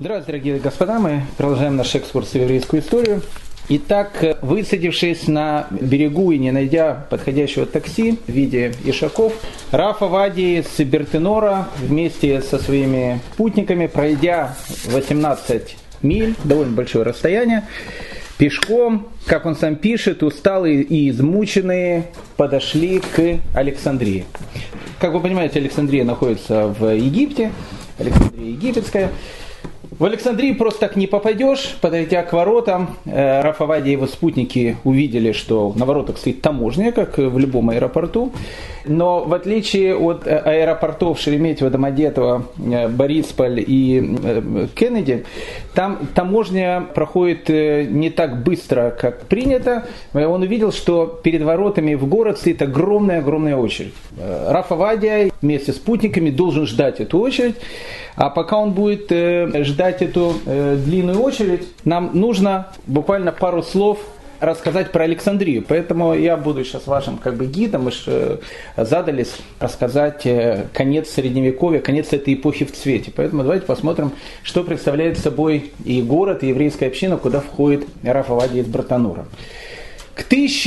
Здравствуйте, дорогие господа, мы продолжаем наш экскурс в еврейскую историю. Итак, высадившись на берегу и не найдя подходящего такси в виде ишаков, Рав Овадий с Бертенора вместе со своими спутниками, пройдя 18 миль, довольно большое расстояние, пешком, как он сам пишет, усталые и измученные, подошли к Александрии. Как вы понимаете, Александрия находится в Египте, Александрия египетская. В Александрии просто так не попадешь. Подойдя к воротам, Рав Овадий и его спутники увидели, что на воротах стоит таможня, как в любом аэропорту. Но в отличие от аэропортов Шереметьево, Домодедово, Борисполь и Кеннеди, там таможня проходит не так быстро, как принято. Он увидел, что перед воротами в город стоит огромная очередь. Рав Овадий вместе с спутниками должен ждать эту очередь. А пока он будет ждать эту длинную очередь, нам нужно буквально пару слов рассказать про Александрию. Поэтому я буду сейчас вашим гидом. Мы же задались рассказать конец Средневековья, конец этой эпохи в цвете. Поэтому давайте посмотрим, что представляет собой и город, и еврейская община, куда входит Рав Овадий из Бертенора. К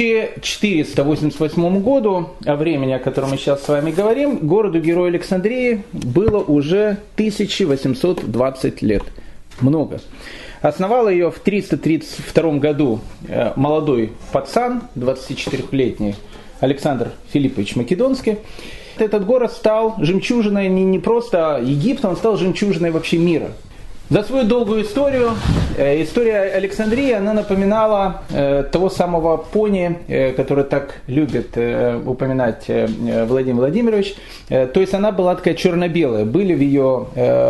1488 году, о времени, о котором мы сейчас с вами говорим, городу-герою Александрии было уже 1820 лет. Много. Основал ее в 332 году молодой пацан, 24-летний Александр Филиппович Македонский. Этот город стал жемчужиной не просто Египта, он стал жемчужиной вообще мира. За свою долгую историю, история Александрии, она напоминала того самого пони, который так любит упоминать Владимир Владимирович. То есть она была такая черно-белая. Были в ее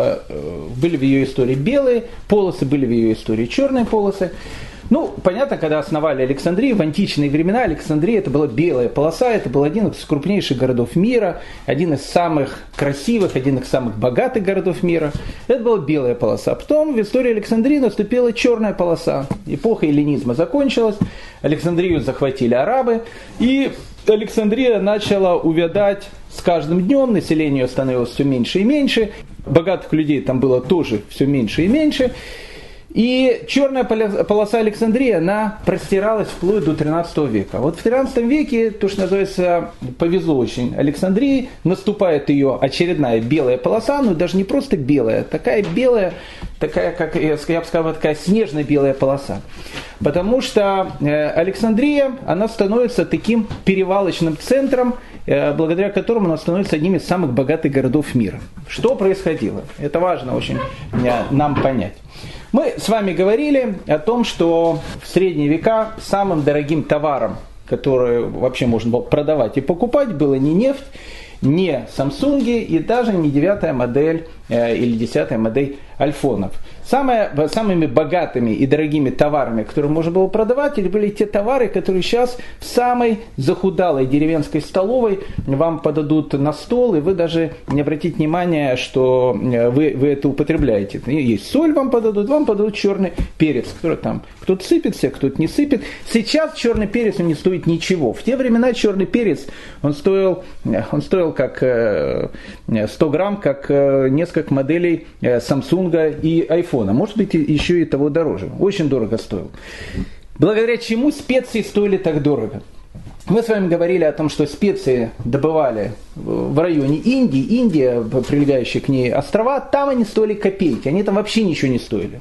истории белые полосы, были в ее истории черные полосы. Понятно, когда основали Александрию, в античные времена Александрия это была белая полоса, это был один из крупнейших городов мира, один из самых красивых, один из самых богатых городов мира. Это была белая полоса. А потом в истории Александрии наступила черная полоса. Эпоха эллинизма закончилась, Александрию захватили арабы, и Александрия начала увядать с каждым днем, население ее становилось все меньше и меньше, богатых людей там было тоже все меньше и меньше. И черная полоса Александрии, она простиралась вплоть до 13 века. Вот в 13 веке, то, что называется, повезло очень Александрии, наступает ее очередная белая полоса, но даже не просто белая, такая белая, такая, как я бы сказал, такая снежно-белая полоса. Потому что Александрия, она становится таким перевалочным центром, благодаря которому она становится одним из самых богатых городов мира. Что происходило? Это важно очень нам понять. Мы с вами говорили о том, что в средние века самым дорогим товаром, который вообще можно было продавать и покупать, было не нефть, не Самсунги и даже не 9-я модель или 10-я модель айфонов. Самыми богатыми и дорогими товарами, которые можно было продавать, это были те товары, которые сейчас в самой захудалой деревенской столовой вам подадут на стол, и вы даже не обратите внимания, что вы это употребляете. Есть соль вам подадут черный перец, который там кто-то сыпет себе, кто-то не сыпет. Сейчас черный перец он не стоит ничего. В те времена черный перец он стоил как 100 грамм, как несколько моделей Samsung и iPhone. Может быть, еще и того дороже. Очень дорого стоил. Благодаря чему специи стоили так дорого? Мы с вами говорили о том, что специи добывали в районе Индии. Индия, прилегающие к ней острова, там они стоили копейки. Они там вообще ничего не стоили.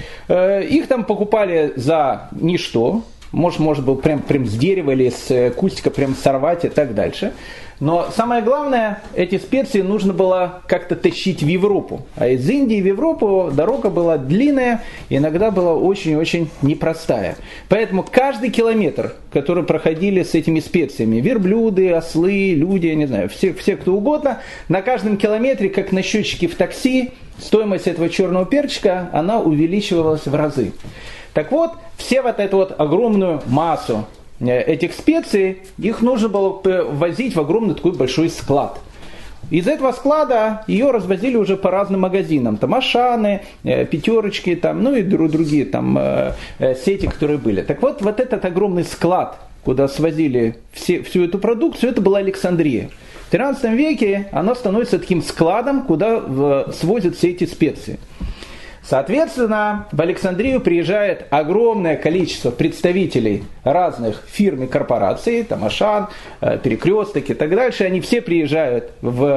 Их там покупали за ничто. Может был прям с дерева или с кустика прям сорвать и так дальше. Но самое главное, эти специи нужно было как-то тащить в Европу. А из Индии в Европу дорога была длинная, иногда была очень-очень непростая. Поэтому каждый километр, который проходили с этими специями, верблюды, ослы, люди, я не знаю, все кто угодно, на каждом километре, как на счетчике в такси, стоимость этого черного перчика, она увеличивалась в разы. Так вот, все вот эту вот огромную массу этих специй, их нужно было возить в огромный такой большой склад. Из этого склада ее развозили уже по разным магазинам. Там Ашаны, Пятерочки, и другие сети, которые были. Так вот этот огромный склад, куда свозили всю эту продукцию, это была Александрия. В 13 веке она становится таким складом, куда свозят все эти специи. Соответственно, в Александрию приезжает огромное количество представителей разных фирм и корпораций, там Ашан, Перекресток и так дальше. Они все приезжают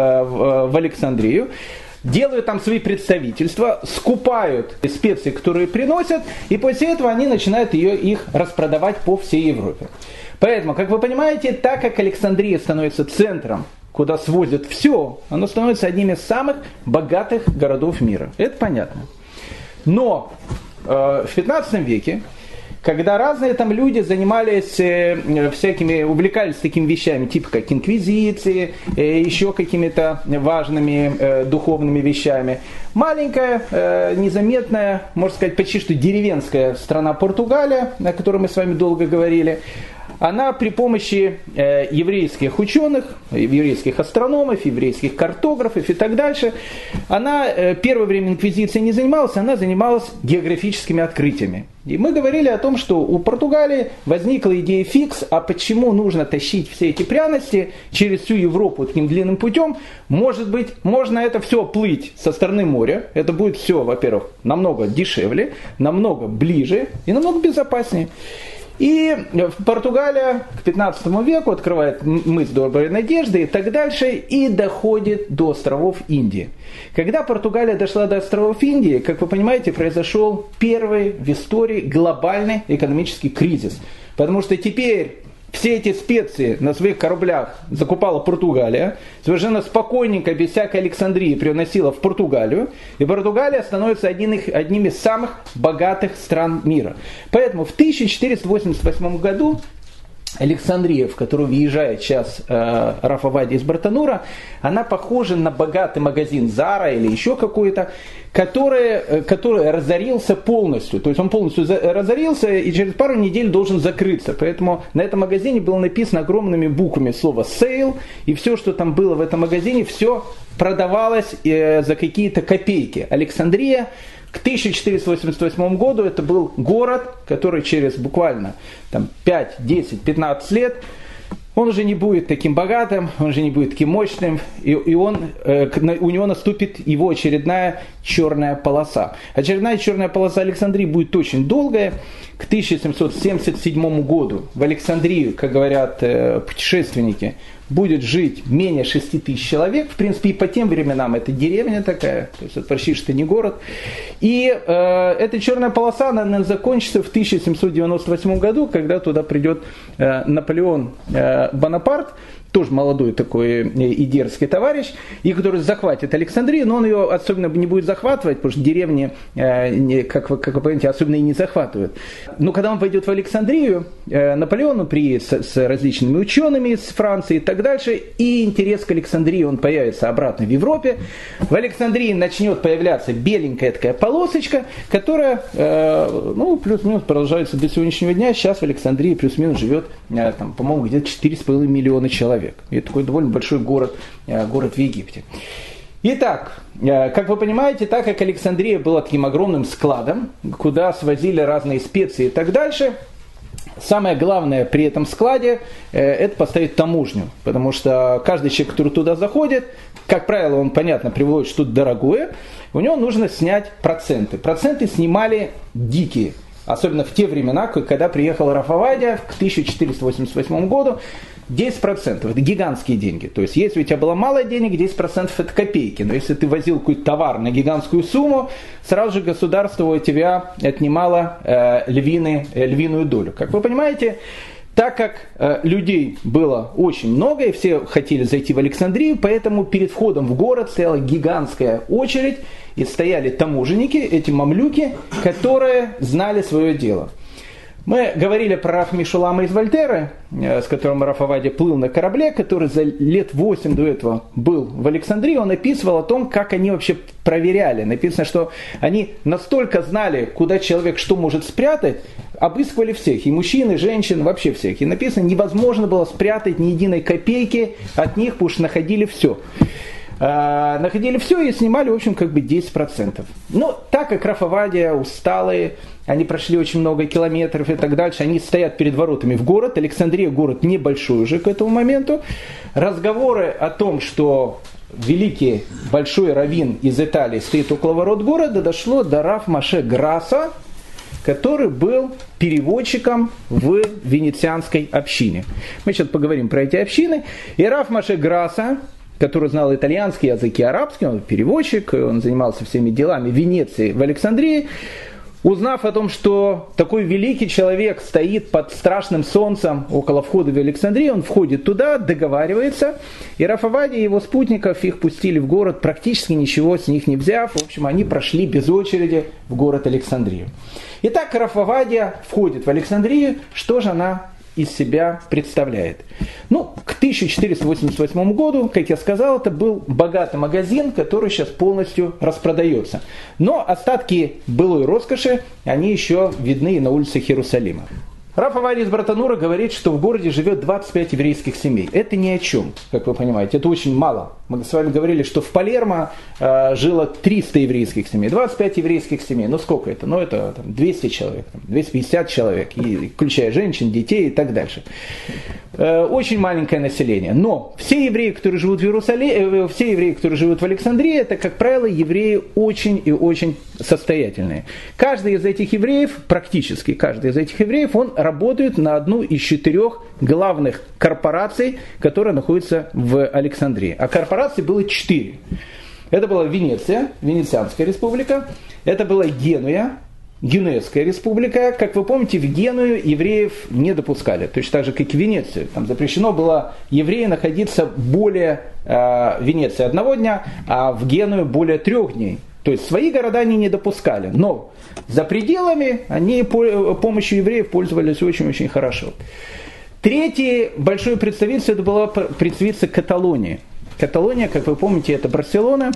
в Александрию, делают там свои представительства, скупают специи, которые приносят, и после этого они начинают их распродавать по всей Европе. Поэтому, как вы понимаете, так как Александрия становится центром, куда свозят все, оно становится одним из самых богатых городов мира. Это понятно. Но в 15 веке, когда разные там люди занимались всякими, увлекались такими вещами, типа как инквизиции, еще какими-то важными духовными вещами, маленькая, незаметная, можно сказать, почти что деревенская страна Португалия, о которой мы с вами долго говорили, она при помощи еврейских ученых, еврейских астрономов, еврейских картографов и так дальше, она первое время инквизицией не занималась, она занималась географическими открытиями. И мы говорили о том, что у Португалии возникла идея фикс, а почему нужно тащить все эти пряности через всю Европу таким длинным путем? Может быть, можно это все плыть со стороны моря, это будет все, во-первых, намного дешевле, намного ближе и намного безопаснее. И Португалия к 15 веку открывает мыс Доброй Надежды и так дальше, и доходит до островов Индии. Когда Португалия дошла до островов Индии, как вы понимаете, произошел первый в истории глобальный экономический кризис. Потому что теперь все эти специи на своих кораблях закупала Португалия, совершенно спокойненько, без всякой Александрии приносила в Португалию, и Португалия становится одним из самых богатых стран мира. Поэтому в 1488 году Александрия, в которую въезжает сейчас Раф Овадия из Бартанура, она похожа на богатый магазин Зара или еще какой-то, который разорился полностью. То есть он полностью разорился и через пару недель должен закрыться. Поэтому на этом магазине было написано огромными буквами слово «sale», и все, что там было в этом магазине, все продавалось за какие-то копейки. Александрия к 1488 году это был город, который через буквально 5, 10, 15 лет, он уже не будет таким богатым, он уже не будет таким мощным, и у него наступит его очередная черная полоса. Очередная черная полоса Александрии будет очень долгая. К 1777 году в Александрию, как говорят путешественники, будет жить менее 6 тысяч человек. В принципе, и по тем временам это деревня такая, то есть это почти что не город. И эта черная полоса, она закончится в 1798 году, когда туда придет Наполеон Бонапарт, тоже молодой такой и дерзкий товарищ, и который захватит Александрию, но он ее особенно не будет захватывать, потому что деревни, как вы понимаете, особенно и не захватывают. Но когда он пойдет в Александрию, Наполеон приедет с различными учеными из Франции и так дальше, и интерес к Александрии, он появится обратно в Европе. В Александрии начнет появляться беленькая такая полосочка, которая, плюс-минус продолжается до сегодняшнего дня. Сейчас в Александрии плюс-минус живет, по-моему, где-то 4,5 миллиона человек. И это такой довольно большой город в Египте. Итак, как вы понимаете, так как Александрия была таким огромным складом, куда свозили разные специи и так дальше, самое главное при этом складе это поставить таможню. Потому что каждый человек, который туда заходит, как правило, он, понятно, приводит что-то дорогое, у него нужно снять проценты. Проценты снимали дикие. Особенно в те времена, когда приехал Раф Овадия к 1488 году, 10% это гигантские деньги. То есть, если у тебя было мало денег, 10% это копейки. Но если ты возил какой-то товар на гигантскую сумму, сразу же государство у тебя отнимало львиную долю. Как вы понимаете, так как людей было очень много, и все хотели зайти в Александрию, поэтому перед входом в город стояла гигантская очередь, и стояли таможенники, эти мамлюки, которые знали свое дело. Мы говорили про Раф Мишулама из Вольтеры, с которым Раф Овадия плыл на корабле, который за лет 8 до этого был в Александрии. Он описывал о том, как они вообще проверяли. Написано, что они настолько знали, куда человек что может спрятать, обыскивали всех, и мужчин, и женщин, вообще всех. И написано, невозможно было спрятать ни единой копейки от них, потому что находили все. Находили все и снимали, в общем, 10%. Но так как Раф Овадия усталые, они прошли очень много километров и так дальше, они стоят перед воротами в город. Александрия город небольшой уже к этому моменту. Разговоры о том, что великий большой раввин из Италии стоит около ворот города, дошло до Рав Моше Граса, который был переводчиком в венецианской общине. Мы сейчас поговорим про эти общины. И Рав Моше Граса, который знал итальянский язык и арабский, он переводчик, он занимался всеми делами в Венеции, в Александрии, узнав о том, что такой великий человек стоит под страшным солнцем около входа в Александрию, он входит туда, договаривается, и Рав Овадия и его спутников их пустили в город, практически ничего с них не взяв. В общем, они прошли без очереди в город Александрию. Итак, Рав Овадия входит в Александрию. Что же она из себя представляет? К 1488 году, как я сказал, это был богатый магазин, который сейчас полностью распродается. Но остатки былой роскоши, они еще видны и на улицах Иерусалима. Рав Овадия из Братанура говорит, что в городе живет 25 еврейских семей. Это ни о чем, как вы понимаете, это очень мало. Мы с вами говорили, что в Палермо жило 300 еврейских семей, 25 еврейских семей. Сколько это? Это 200 человек, 250 человек, включая женщин, детей и так дальше. Очень маленькое население. Но все евреи, которые живут в Иерусалиме, все евреи, которые живут в Александрии, это, как правило, евреи очень и очень состоятельные. Каждый из этих евреев, практически каждый из этих евреев, он работает на одну из 4 главных корпораций, которые находятся в Александрии. А корпораций было 4. Это была Венеция, Венецианская республика, это была Генуя, Генуэзская республика. Как вы помните, в Геную евреев не допускали, точно так же, как и в Венецию. Там запрещено было евреям находиться более Венеции 1 дня, а в Геную более 3 дней. То есть свои города они не допускали. Но за пределами они помощью евреев пользовались очень-очень хорошо. Третье большое представительство, это было представительство Каталонии. Каталония, как вы помните, это Барселона,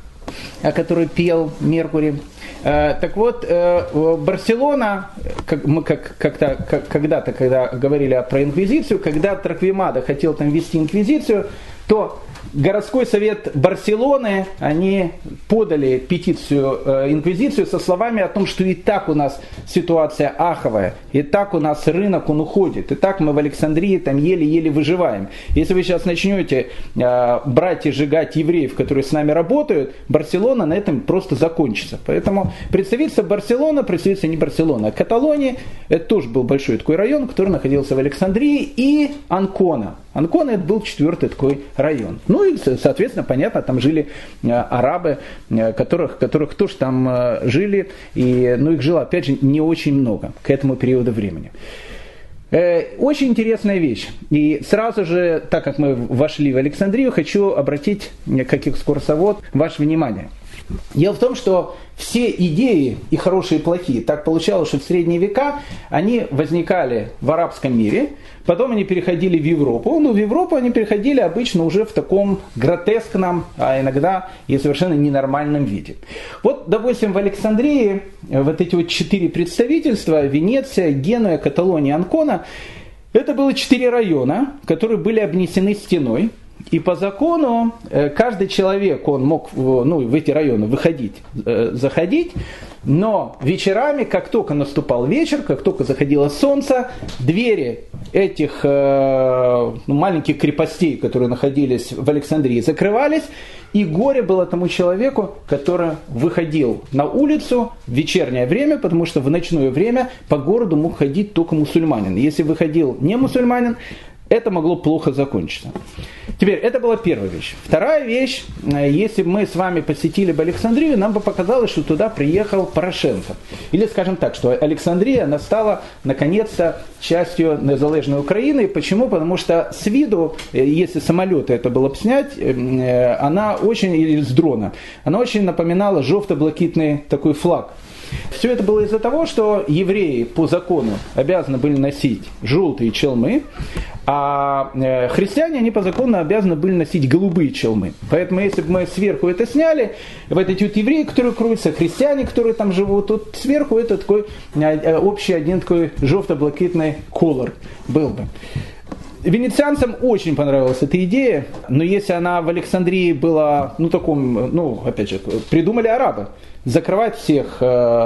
о которой пел Меркурий. Так вот, Барселона, мы когда-то, когда говорили про инквизицию, когда Торквемада хотел там ввести инквизицию, то городской совет Барселоны, они подали петицию инквизицию со словами о том, что и так у нас ситуация аховая, и так у нас рынок, он уходит, и так мы в Александрии там еле-еле выживаем. Если вы сейчас начнете брать и сжигать евреев, которые с нами работают, Барселона на этом просто закончится. Поэтому представительство Барселона, представительство не Барселона, а Каталонии, это тоже был большой такой район, который находился в Александрии, и Анкона. Анкона это был 4-й такой район. И, соответственно, понятно, там жили арабы, которых тоже там жили, и их жило, опять же, не очень много к этому периоду времени. Очень интересная вещь. И сразу же, так как мы вошли в Александрию, хочу обратить, как экскурсовод, ваше внимание. Дело в том, что все идеи, и хорошие, и плохие, так получалось, что в средние века они возникали в арабском мире, потом они переходили в Европу, но в Европу они переходили обычно уже в таком гротескном, а иногда и совершенно ненормальном виде. Вот, допустим, в Александрии вот эти 4 представительства, Венеция, Генуя, Каталония, Анкона, это было 4 района, которые были обнесены стеной. И по закону каждый человек, он мог в эти районы выходить, заходить, но вечерами, как только наступал вечер, как только заходило солнце, двери этих маленьких крепостей, которые находились в Александрии, закрывались, и горе было тому человеку, который выходил на улицу в вечернее время, потому что в ночное время по городу мог ходить только мусульманин. Если выходил не мусульманин, это могло плохо закончиться. Теперь, это была первая вещь. Вторая вещь, если бы мы с вами посетили бы Александрию, нам бы показалось, что туда приехал Порошенко. Или, скажем так, что Александрия, она стала, наконец-то, частью незалежной Украины. Почему? Потому что с виду, если самолеты это было бы снять, она очень, или с дрона, она очень напоминала желто-блакитный такой флаг. Все это было из-за того, что евреи по закону обязаны были носить желтые челмы, а христиане, они по закону обязаны были носить голубые челмы. Поэтому, если бы мы сверху это сняли, вот эти евреи, которые крутятся, христиане, которые там живут, тут сверху это такой общий один такой желто-блакитный колор был бы. Венецианцам очень понравилась эта идея, но если она в Александрии была, опять же, придумали арабы. Закрывать всех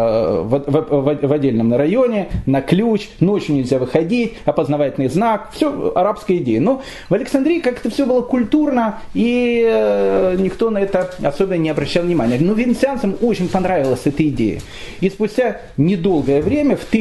в отдельном районе, на ключ, ночью нельзя выходить, опознавательный знак, все арабская идея. Но в Александрии как-то все было культурно, и никто на это особо не обращал внимания. Но венецианцам очень понравилась эта идея. И спустя недолгое время, в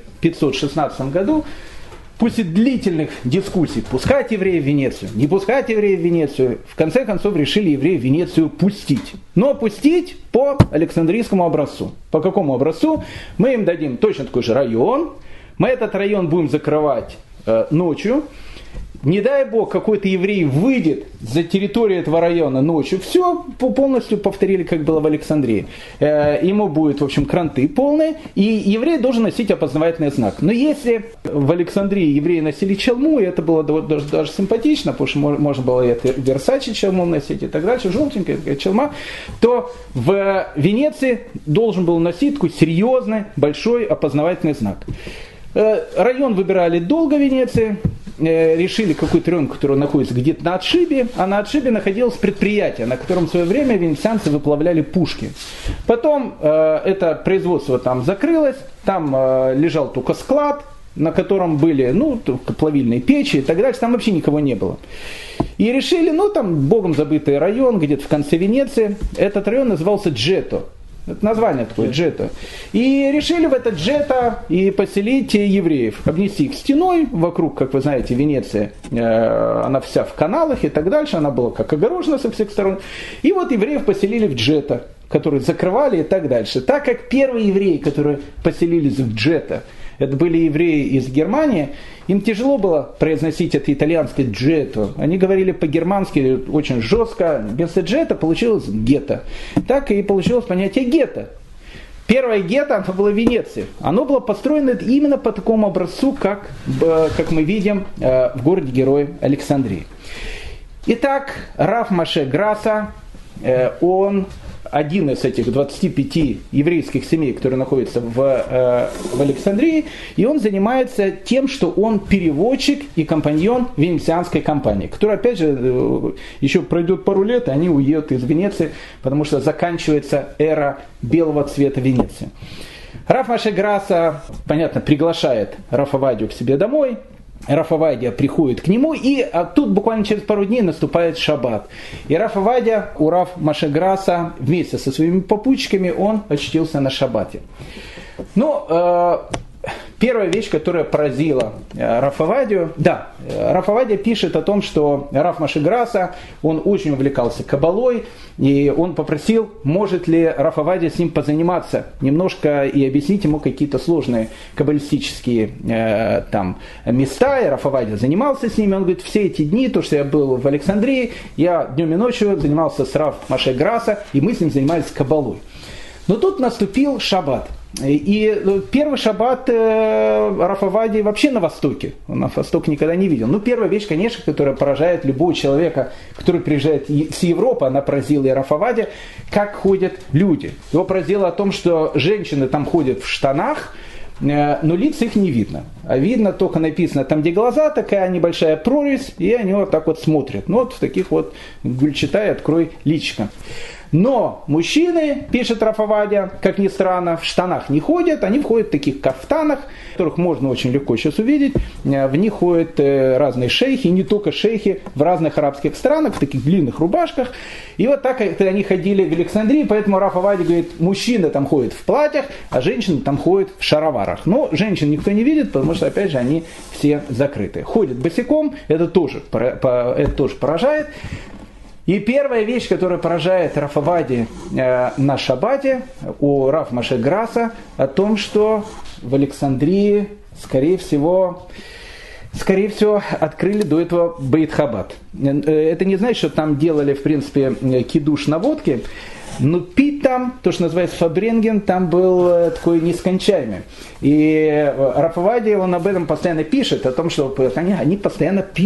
1516 году, после длительных дискуссий, пускать евреев в Венецию, не пускать евреев в Венецию, в конце концов решили евреев в Венецию пустить. Но пустить по Александрийскому образцу. По какому образцу? Мы им дадим точно такой же район, мы этот район будем закрывать ночью. Не дай бог, какой-то еврей выйдет за территорию этого района ночью, все полностью повторили, как было в Александрии. Ему будет, в общем, кранты полные, и еврей должен носить опознавательный знак. Но если в Александрии евреи носили челму, и это было даже симпатично, потому что можно было это Версачи челму носить и так дальше, желтенькая такая челма, то в Венеции должен был носить такой серьезный, большой опознавательный знак. Район выбирали долго в Венеции, решили какой-то район, который находится где-то на отшибе, а на отшибе находилось предприятие, на котором в свое время венецианцы выплавляли пушки. Потом это производство там закрылось, там лежал только склад, на котором были плавильные печи и так дальше, там вообще никого не было. И решили, там богом забытый район, где-то в конце Венеции, этот район назывался Джетто. Это название такое, Джетто. И решили в этот Джетто и поселить евреев, обнести их стеной вокруг, как вы знаете, Венеция, она вся в каналах и так дальше, она была как огорожена со всех сторон. И вот евреев поселили в Джетто, которые закрывали и так дальше. Так как первые евреи, которые поселились в Джетто, это были евреи из Германии, им тяжело было произносить это итальянское «джетто». Они говорили по-германски очень жестко. Вместо «джетто» получилось «гетто». Так и получилось понятие «гетто». Первое гетто, оно было в Венеции. Оно было построено именно по такому образцу, как мы видим в городе-герое Александрии. Итак, Рав Моше Граса, он один из этих 25 еврейских семей, которые находятся в Александрии, и он занимается тем, что он переводчик и компаньон венецианской компании, которая, опять же, еще пройдет пару лет, и они уедут из Венеции, потому что заканчивается эра белого цвета Венеции. Рав Моше Граса, понятно, приглашает Рав Овадию к себе домой. Рав Овадия приходит к нему, и тут буквально через пару дней наступает шаббат. И Рав Овадия у Рав Моше Граса вместе со своими попутчиками, он очутился на шаббате. Первая вещь, которая поразила Рав Овадию, Рав Овадия пишет о том, что Рав Моше Граса, он очень увлекался каббалой, и он попросил, может ли Рав Овадия с ним позаниматься немножко и объяснить ему какие-то сложные каббалистические места, и Рав Овадия занимался с ними. Он говорит, все эти дни, то, что я был в Александрии, я днем и ночью занимался с Рав Моше Граса, и мы с ним занимались каббалой. Но тут наступил шаббат. И первый шаббат Рав Овадии вообще на Востоке. Он на Восток никогда не видел. Первая вещь, конечно, которая поражает любого человека, который приезжает с Европы, она поразила и Рав Овадия, как ходят люди. Его поразило о том, что женщины там ходят в штанах, но лиц их не видно. А видно только написано, там где глаза, такая небольшая прорезь, и они вот так вот смотрят. В таких вот гульчатай, открой личико. Но мужчины, пишет Рав Овадия, как ни странно, в штанах не ходят, они входят в таких кафтанах, которых можно очень легко сейчас увидеть. В них ходят разные шейхи, не только шейхи, в разных арабских странах, в таких длинных рубашках. И вот так они ходили в Александрии, поэтому Рав Овадия говорит, мужчины там ходят в платьях, а женщины там ходят в шароварах. Но женщин никто не видит, потому что, опять же, они все закрыты. Ходят босиком, это тоже поражает. И первая вещь, которая поражает Рав Овадию на шаббате у Рав Моше Граса, о том, что в Александрии, скорее всего, открыли до этого Бейт Хабад. Это не значит, что там делали, в принципе, кидуш на водке, но пить там, то, что называется фабренген, там был такой нескончаемый. И Рав Овадия, он об этом постоянно пишет, о том, что они постоянно пьют.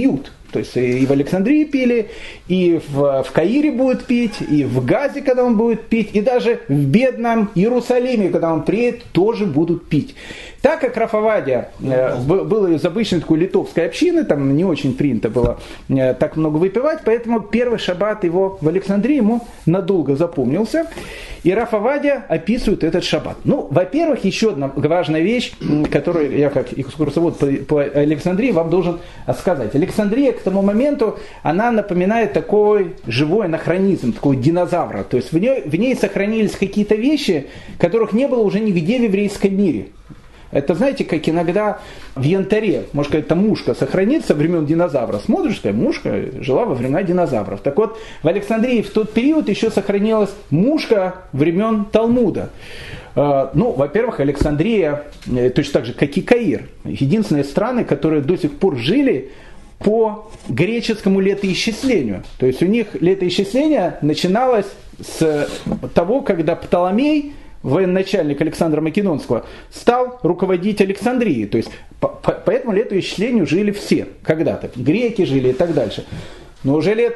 То есть и в Александрии пили, и в Каире будут пить, и в Газе, когда он будет пить, и даже в бедном Иерусалиме, когда он приедет, тоже будут пить. Так как Рав Овадия был из обычной такой литовской общины, там не очень принято было так много выпивать, поэтому первый шаббат его в Александрии ему надолго запомнился. И Рав Овадия описывает этот шаббат. Ну, во-первых, еще одна важная вещь, которую я как экскурсовод по Александрии вам должен сказать. Александрия к тому моменту, она напоминает такой живой анахронизм, такой динозавра. То есть в ней сохранились какие-то вещи, которых не было уже нигде в еврейском мире. Это, знаете, как иногда в янтаре, может, какая-то мушка сохранится времен динозавра. Смотришь, такая мушка жила во времена динозавров. Так вот, в Александрии в тот период еще сохранилась мушка времен Талмуда. Ну, во-первых, Александрия, точно так же, как и Каир, единственные страны, которые до сих пор жили по греческому летоисчислению. То есть у них летоисчисление начиналось с того, когда Птоломей, военачальник Александра Македонского, стал руководить Александрией. То есть по этому летоисчислению жили все когда-то. Греки жили и так дальше. Но уже лет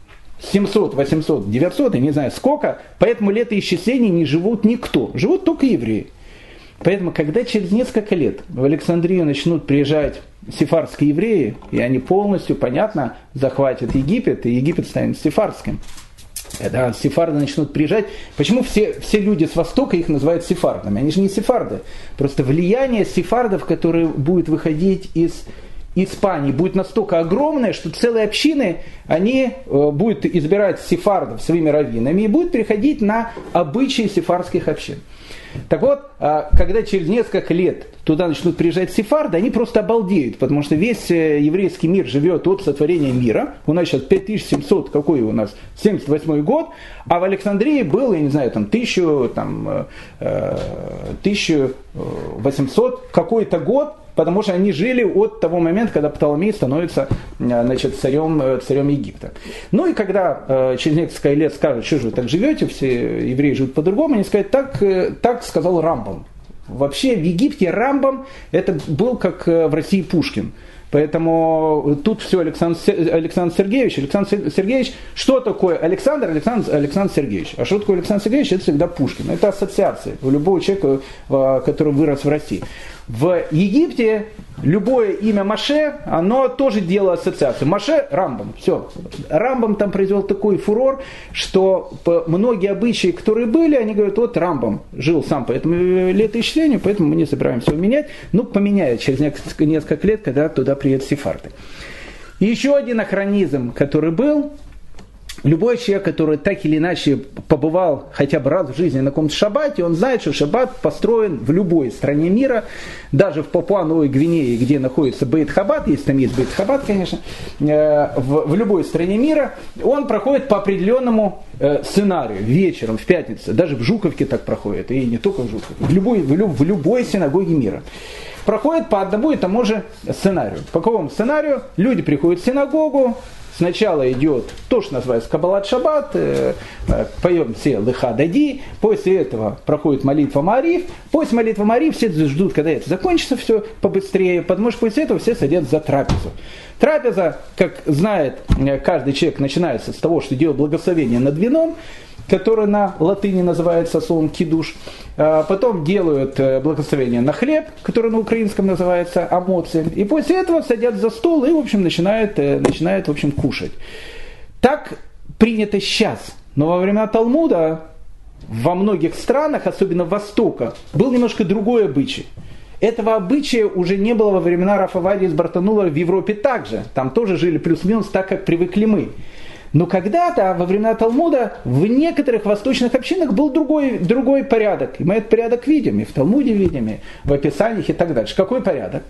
700, 800, 900, я не знаю сколько, по этому летоисчислению не живут никто. Живут только евреи. Поэтому, когда через несколько лет в Александрию начнут приезжать сефардские евреи, и они полностью, понятно, захватят Египет, и Египет станет сефардским. Когда сефарды начнут приезжать, почему все люди с Востока их называют сефардами? Они же не сефарды. Просто влияние сефардов, которое будет выходить из Испании, будет настолько огромное, что целые общины, они будут избирать сефардов своими раввинами и будут переходить на обычаи сефардских общин. Так вот, когда через несколько лет туда начнут приезжать сефарды, они просто обалдеют, потому что весь еврейский мир живет от сотворения мира. У нас сейчас 5700, какой у нас, 78 год, а в Александрии был, я не знаю, там 1800 какой-то год, потому что они жили от того момента, когда Птоломей становится, значит, царем Египта. Ну и когда через несколько лет скажут, что же вы так живете, все евреи живут по-другому, они скажут, так сказал Рамбам. Вообще в Египте Рамбам это был как в России Пушкин. Поэтому тут все Александр Сергеевич, что такое Александр Сергеевич? А что такое Александр Сергеевич? Это всегда Пушкин. Это ассоциация у любого человека, который вырос в России. В Египте любое имя Моше, оно тоже делало ассоциацию. Моше – Рамбам. Все. Рамбам там произвел такой фурор, что многие обычаи, которые были, они говорят, вот Рамбам жил сам по этому летоисчислению, поэтому мы не собираемся его менять. Ну, поменяют через несколько лет, когда туда приедут сефарды. И еще один анахронизм, который был. Любой человек, который так или иначе побывал хотя бы раз в жизни на каком-то шаббате, он знает, что шаббат построен в любой стране мира, даже в Папуа-Новой Гвинее, где находится Бейт-Хабад, если там есть Бейт-Хабад, конечно, в любой стране мира, он проходит по определенному сценарию вечером, в пятницу, даже в Жуковке так проходит, и не только в Жуковке, в любой синагоге мира. Проходит по одному и тому же сценарию. По какому сценарию? Люди приходят в синагогу, сначала идет то, что называется Каббалат Шаббат, поем все Леха Дади, после этого проходит молитва Маариф, после молитвы Маариф все ждут, когда это закончится все побыстрее, потому что после этого все садятся за трапезу. Трапеза, как знает каждый человек, начинается с того, что делает благословение над вином, который на латыни называется словом кидуш. Потом делают благословение на хлеб, который на украинском называется амоци. И после этого садятся за стол и, в общем, начинают в общем, кушать. Так принято сейчас. Но во времена Талмуда во многих странах, особенно Востока, был немножко другой обычай. Этого обычая уже не было во времена Рав Овадии из Бартанула в Европе также. Там тоже жили плюс-минус так, как привыкли мы. Но когда-то, во времена Талмуда, в некоторых восточных общинах был другой порядок. И мы этот порядок видим, и в Талмуде видим, и в описаниях и так дальше. Какой порядок?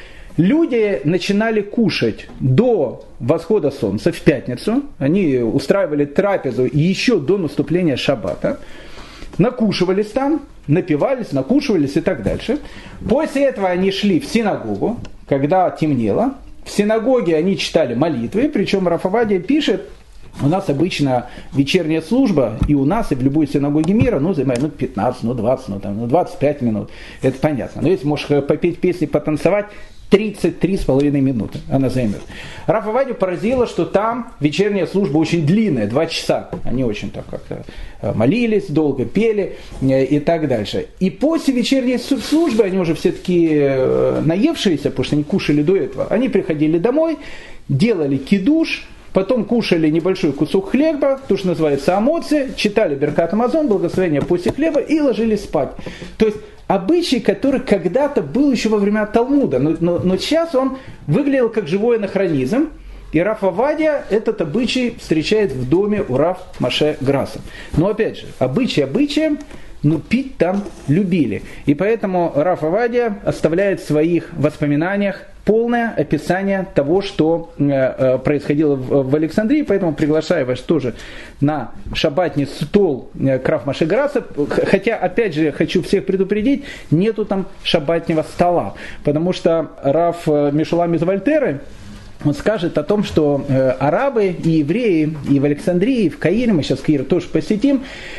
Люди начинали кушать до восхода солнца в пятницу. Они устраивали трапезу еще до наступления шаббата. Накушивались там, напивались, накушивались и так дальше. После этого они шли в синагогу, когда темнело. В синагоге они читали молитвы, причем Рав Овадия пишет, у нас обычно вечерняя служба, и у нас, и в любой синагоге мира, занимает 15, 20, 25 минут. Это понятно. Но если можешь попеть песни, потанцевать, 33,5 минуты она займет. Рав Овадию поразило, что там вечерняя служба очень длинная, 2 часа. Они очень так как-то молились, долго пели и так дальше. И после вечерней службы, они уже все такие наевшиеся, потому что они кушали до этого, они приходили домой, делали кидуш, потом кушали небольшой кусок хлеба, то, что называется амоци, читали Беркат Амазон, благословение после хлеба и ложились спать. То есть обычай, который когда-то был еще во времена Талмуда, но сейчас он выглядел как живой анахронизм. И Рав Овадия этот обычай встречает в доме у Рав Моше Грасса. Но опять же, обычай обычаем, но пить там любили. И поэтому Рав Овадия оставляет в своих воспоминаниях полное описание того, что происходило в Александрии. Поэтому приглашаю вас тоже на шаббатный стол к Рав Моше Грасса. Хотя, опять же, хочу всех предупредить, нету там шаббатного стола. Потому что Рав Мешулам из Вольтеры, он скажет о том, что арабы и евреи и в Александрии, и в Каире, мы сейчас Каир тоже посетим,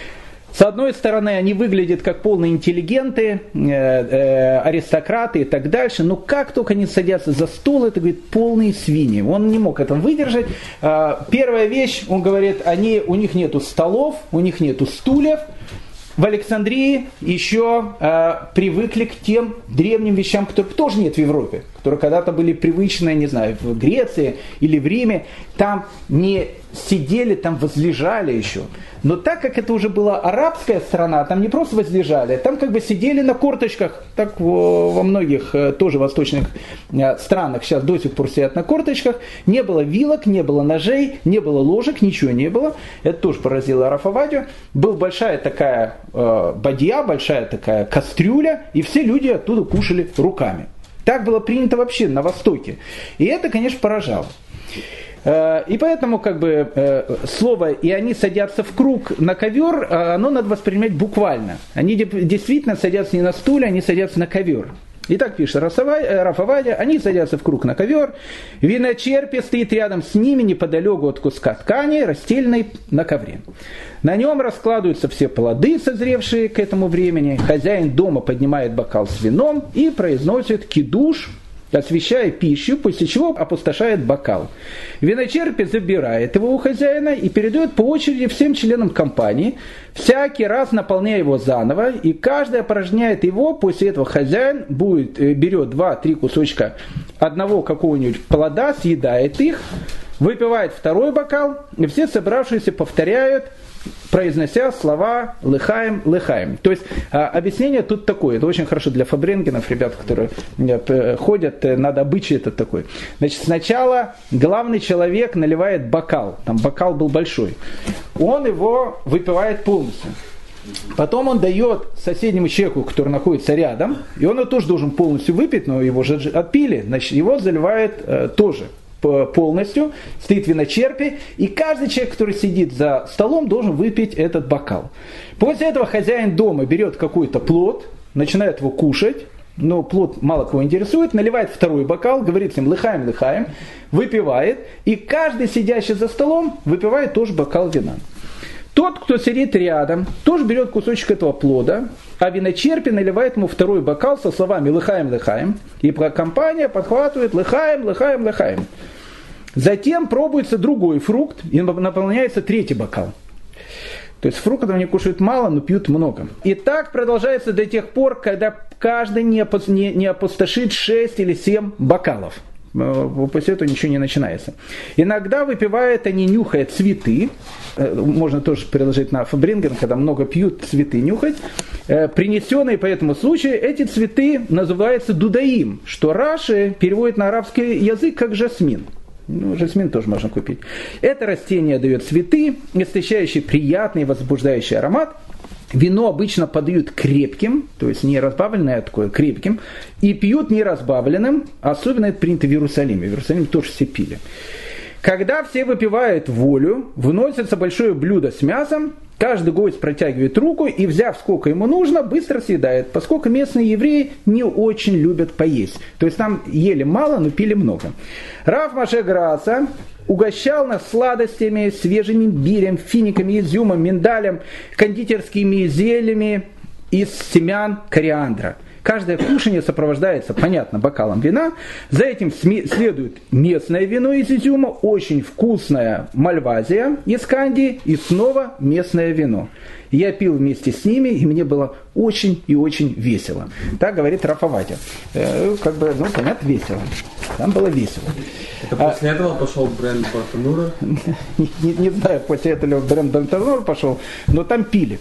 с одной стороны, они выглядят как полные интеллигенты, аристократы и так дальше, но как только они садятся за стол, это, говорит, полные свиньи. Он не мог это выдержать. Первая вещь, он говорит, у них нету столов, у них нету стульев. В Александрии еще привыкли к тем древним вещам, которых тоже нет в Европе, которые когда-то были привычны, не знаю, в Греции или в Риме. Там не сидели, там возлежали еще. Но так как это уже была арабская страна, там не просто возлежали, там как бы сидели на корточках, так во многих тоже восточных странах сейчас до сих пор сидят на корточках. Не было вилок, не было ножей, не было ложек, ничего не было. Это тоже поразило Рав Овадию. Была большая такая бадья, большая такая кастрюля, и все люди оттуда кушали руками. Так было принято вообще на Востоке. И это, конечно, поражало. И поэтому как бы слово «и они садятся в круг на ковер», оно надо воспринимать буквально. Они действительно садятся не на стуле, они садятся на ковер. И так пишет Рав Овадия, они садятся в круг на ковер, виночерпие стоит рядом с ними неподалеку от куска ткани, расстеленной на ковре. На нем раскладываются все плоды, созревшие к этому времени. Хозяин дома поднимает бокал с вином и произносит кидуш, освещая пищу, после чего опустошает бокал. Виночерпий забирает его у хозяина и передает по очереди всем членам компании, всякий раз наполняя его заново, и каждый опорожняет его. После этого хозяин берет 2-3 кусочка одного какого-нибудь плода, съедает их, выпивает второй бокал, и все собравшиеся повторяют, произнося слова «лыхаем, лыхаем». То есть объяснение тут такое. Это очень хорошо для фабренгенов, ребят, которые ходят, надо обычай этот такой. Значит, сначала главный человек наливает бокал. Там бокал был большой. Он его выпивает полностью. Потом он дает соседнему человеку, который находится рядом, и он его тоже должен полностью выпить, но его же отпили, значит, его заливает тоже полностью, стоит виночерпий, и каждый человек, который сидит за столом, должен выпить этот бокал. После этого хозяин дома берет какой-то плод, начинает его кушать, но плод мало кого интересует, наливает второй бокал, говорит всем «лыхаем, лыхаем», выпивает, и каждый сидящий за столом выпивает тоже бокал вина. Тот, кто сидит рядом, тоже берет кусочек этого плода, а виночерпий наливает ему второй бокал со словами «лыхаем, лыхаем», и компания подхватывает «лыхаем, лыхаем, лыхаем». Затем пробуется другой фрукт, и наполняется третий бокал. То есть фруктов они кушают мало, но пьют много. И так продолжается до тех пор, когда каждый не опустошит 6 или 7 бокалов. После этого ничего не начинается. Иногда выпивают они, нюхая цветы. Можно тоже приложить на Фабринген, когда много пьют, цветы нюхать. Принесенные по этому случаю, эти цветы называются дудаим, что Раши переводит на арабский язык как жасмин. Жасмин тоже можно купить. Это растение дает цветы, источающие приятный и возбуждающий аромат. Вино обычно подают крепким, то есть не разбавленное, а такое крепким, и пьют не разбавленным, особенно это принято в Иерусалиме. В Иерусалиме тоже все пили. Когда все выпивают волю, вносится большое блюдо с мясом, каждый гость протягивает руку и, взяв сколько ему нужно, быстро съедает, поскольку местные евреи не очень любят поесть. То есть там ели мало, но пили много. Рав Моше Грасса угощал нас сладостями, свежим имбирем, финиками, изюмом, миндалем, кондитерскими изделиями из семян кориандра. Каждое кушание сопровождается, понятно, бокалом вина. За этим следует местное вино из изюма, очень вкусная мальвазия из Кандии и снова местное вино. Я пил вместе с ними, и мне было очень и очень весело. Так говорит Раф Овадия. Понятно, весело. Там было весело. Это после этого пошел бренд Бартанура? Не знаю, после этого бренд Бартанура пошел, но там пили.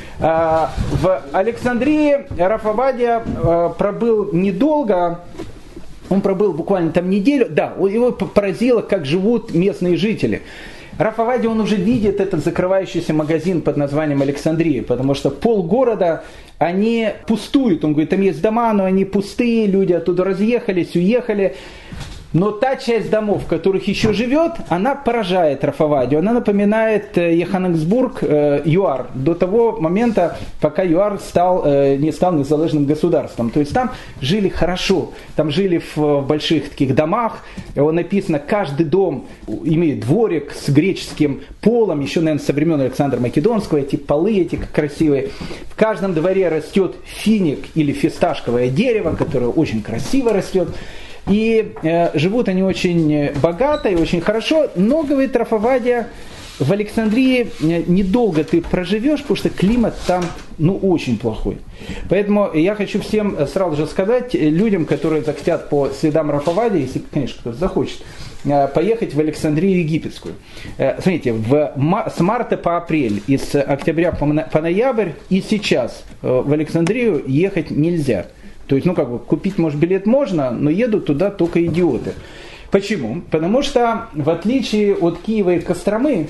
В Александрии Раф Овадия пробыл недолго. Он пробыл буквально там неделю. Да, его поразило, как живут местные жители. Раф Овадия, он уже видит этот закрывающийся магазин под названием Александрия, потому что полгорода, они пустуют. Он говорит, там есть дома, но они пустые, люди оттуда разъехались, уехали. Но та часть домов, в которых еще живет, она поражает Раф Овадию. Она напоминает Йоханнесбург, ЮАР, до того момента, пока ЮАР не стал незалежным государством. То есть там жили хорошо, там жили в больших таких домах. Написано, каждый дом имеет дворик с греческим полом, еще, наверное, со времен Александра Македонского, эти полы эти красивые. В каждом дворе растет финик или фисташковое дерево, которое очень красиво растет. И живут они очень богато и очень хорошо, но, говорит Раф Овадия, в Александрии недолго ты проживешь, потому что климат там очень плохой. Поэтому я хочу всем сразу же сказать, людям, которые захотят по следам Раф Овадии, если, конечно, кто-то захочет, поехать в Александрию Египетскую. Смотрите, с марта по апрель и с октября по ноябрь и сейчас в Александрию ехать нельзя. То есть, купить, может, билет можно, но едут туда только идиоты. Почему? Потому что, в отличие от Киева и Костромы,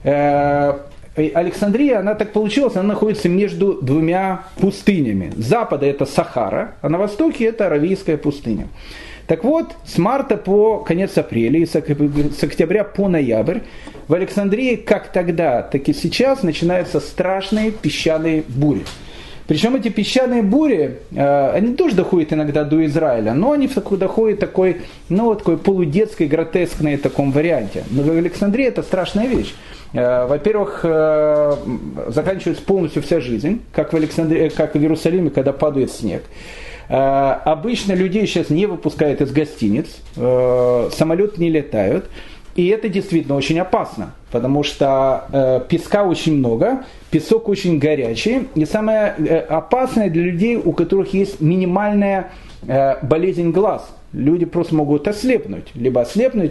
Александрия, она так получилась, она находится между двумя пустынями. С запада это Сахара, а на востоке это Аравийская пустыня. Так вот, с марта по конец апреля и с октября по ноябрь в Александрии, как тогда, так и сейчас, начинаются страшные песчаные бури. Причем эти песчаные бури, они тоже доходят иногда до Израиля, но они доходят такой полудетской, гротескной таком варианте. Но в Александрии это страшная вещь. Во-первых, заканчивается полностью вся жизнь, как в Александрии, как в Иерусалиме, когда падает снег. Обычно людей сейчас не выпускают из гостиниц, самолеты не летают. И это действительно очень опасно, потому что песка очень много, песок очень горячий. И самое опасное для людей, у которых есть минимальная болезнь глаз. Люди просто могут ослепнуть, либо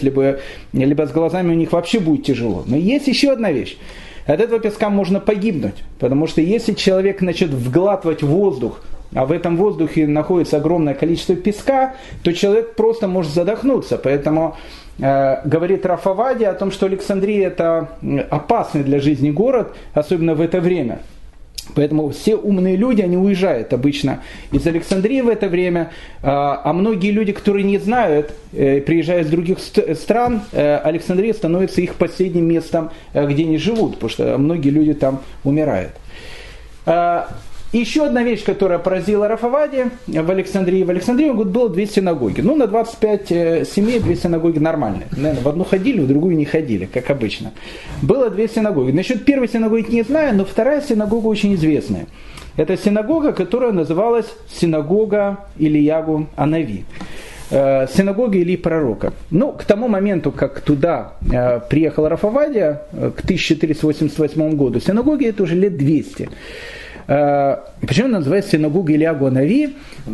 с глазами у них вообще будет тяжело. Но есть еще одна вещь. От этого песка можно погибнуть, потому что если человек начнет вглатывать воздух, а в этом воздухе находится огромное количество песка, то человек просто может задохнуться. Поэтому говорит Раф Овадия о том, что Александрия это опасный для жизни город, особенно в это время. Поэтому все умные люди, они уезжают обычно из Александрии в это время, а многие люди, которые не знают, приезжая из других стран, Александрия становится их последним местом, где они живут, потому что многие люди там умирают. Еще одна вещь, которая поразила Раф Овадия в Александрии. В Александрии, было 2 синагоги. На 25 семей 2 синагоги нормальные. Наверное, в одну ходили, в другую не ходили, как обычно. Было 2 синагоги. Насчет первой синагоги не знаю, но вторая синагога очень известная. Это синагога, которая называлась синагога Ильягу Анави. Синагога Илии Пророка. К тому моменту, как туда приехал Раф Овадия, к 1488 году, синагоге это уже лет 200. Почему называется синагога Ильягу Анави?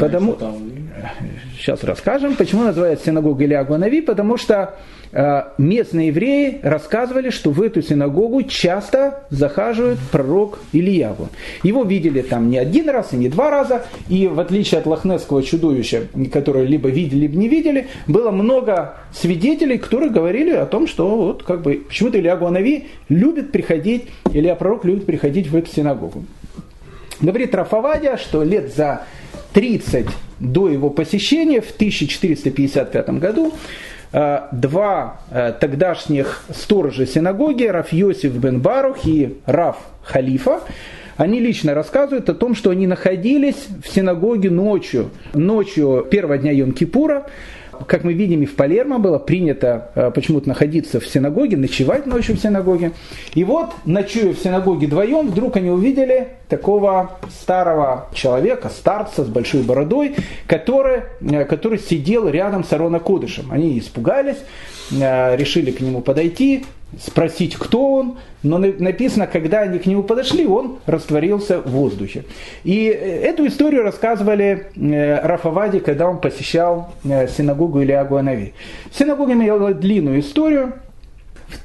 Сейчас расскажем. Почему называется синагога Ильягу Анави? Потому что местные евреи рассказывали, что в эту синагогу часто захаживает пророк Ильягу. Его видели там не один раз и не 2 раза. И в отличие от лохнесского чудовища, которое либо видели, либо не видели, было много свидетелей, которые говорили о том, что почему-то Ильягу Анави любит приходить, Илья пророк любит приходить в эту синагогу. Говорит Раф Овадия, что лет за 30 до его посещения, в 1455 году, 2 тогдашних сторожа синагоги, Рав Йосиф бен Барух и Рав Халифа, они лично рассказывают о том, что они находились в синагоге ночью первого дня Йом-Кипура. Как мы видим, и в Палермо было принято почему-то находиться в синагоге, ночевать ночью в синагоге. И вот, ночуя в синагоге вдвоем, вдруг они увидели такого старого человека, старца с большой бородой, который сидел рядом с Арон ха-Кодешем. Они испугались, решили к нему подойти, спросить, кто он, но написано, когда они к нему подошли, он растворился в воздухе. И эту историю рассказывали Рав Овадия, когда он посещал синагогу Элиягу ха-Нави. Синагога имела длинную историю. В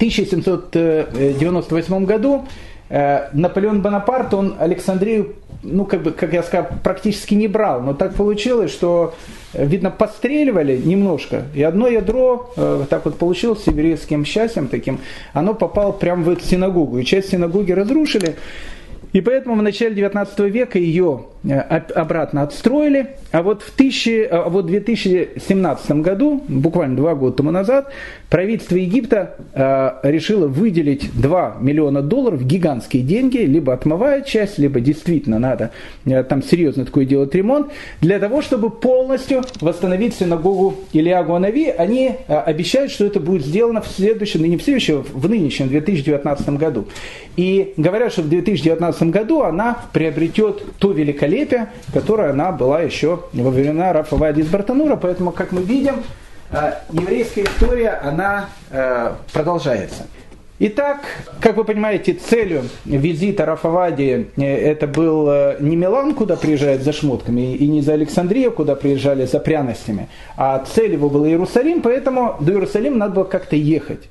1798 году Наполеон Бонапарт, он Александрию, как я сказал, практически не брал, но так получилось, что, видно, постреливали немножко, и одно ядро, так вот получилось, с еврейским счастьем таким, оно попало прямо в эту синагогу, и часть синагоги разрушили, и поэтому в начале 19 века ее обратно отстроили, а вот в 2017 году, буквально 2 года тому назад, правительство Египта решило выделить $2 миллиона, гигантские деньги, либо отмывает часть, либо действительно надо там серьезно такой делать ремонт, для того, чтобы полностью восстановить синагогу Элиягу ха-Нави. Они обещают, что это будет сделано в следующем, не в следующем, в нынешнем 2019 году. И говорят, что в 2019 году она приобретет то великолепие, которое она была еще во времена Рава Овадии из Бартанура. Поэтому, как мы видим, еврейская история, она продолжается. Итак, как вы понимаете, целью визита Рава Овадии это был не Милан, куда приезжают за шмотками, и не за Александрию, куда приезжали за пряностями, а цель его была Иерусалим, поэтому до Иерусалима надо было как-то ехать.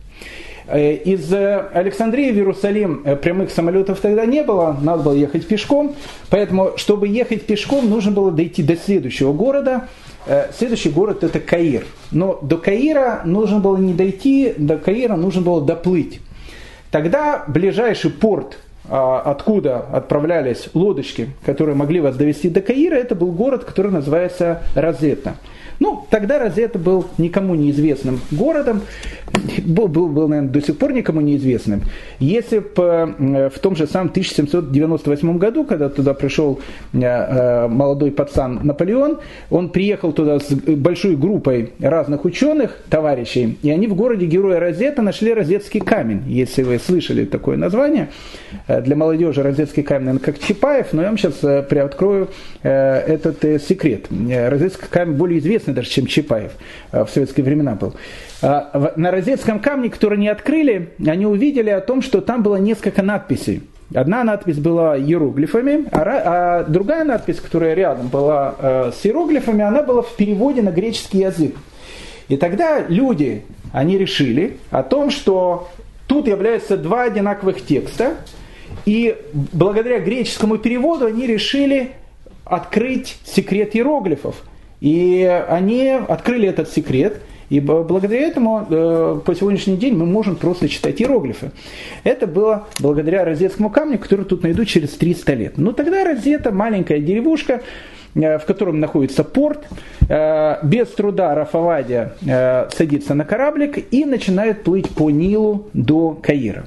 Из Александрии в Иерусалим прямых самолетов тогда не было, надо было ехать пешком, поэтому, чтобы ехать пешком, нужно было дойти до следующего города. Следующий город это Каир. Но до Каира нужно было не дойти, до Каира нужно было доплыть. Тогда ближайший порт, откуда отправлялись лодочки, которые могли вас довести до Каира, это был город, который называется Розетта. Тогда Розетта был никому неизвестным городом, был, наверное, до сих пор никому неизвестным. Если бы в том же самом 1798 году, когда туда пришел молодой пацан Наполеон, он приехал туда с большой группой разных ученых, товарищей, и они в городе Героя Розетта нашли Розетский камень, если вы слышали такое название. Для молодежи Розетский камень, наверное, как Чапаев, но я вам сейчас приоткрою этот секрет. Розетский камень более известный даже, чем Чапаев в советские времена был. На Розетском камне, который они открыли, они увидели о том, что там было несколько надписей. Одна надпись была иероглифами, а другая надпись, которая рядом была с иероглифами, она была в переводе на греческий язык. И тогда люди, они решили о том, что тут являются 2 одинаковых текста, и благодаря греческому переводу они решили открыть секрет иероглифов. И они открыли этот секрет, и благодаря этому по сегодняшний день мы можем просто читать иероглифы. Это было благодаря Розетскому камню, который тут найдут через 300 лет. Но тогда Розетта, маленькая деревушка, в котором находится порт, без труда Рав Овадия садится на кораблик и начинает плыть по Нилу до Каира.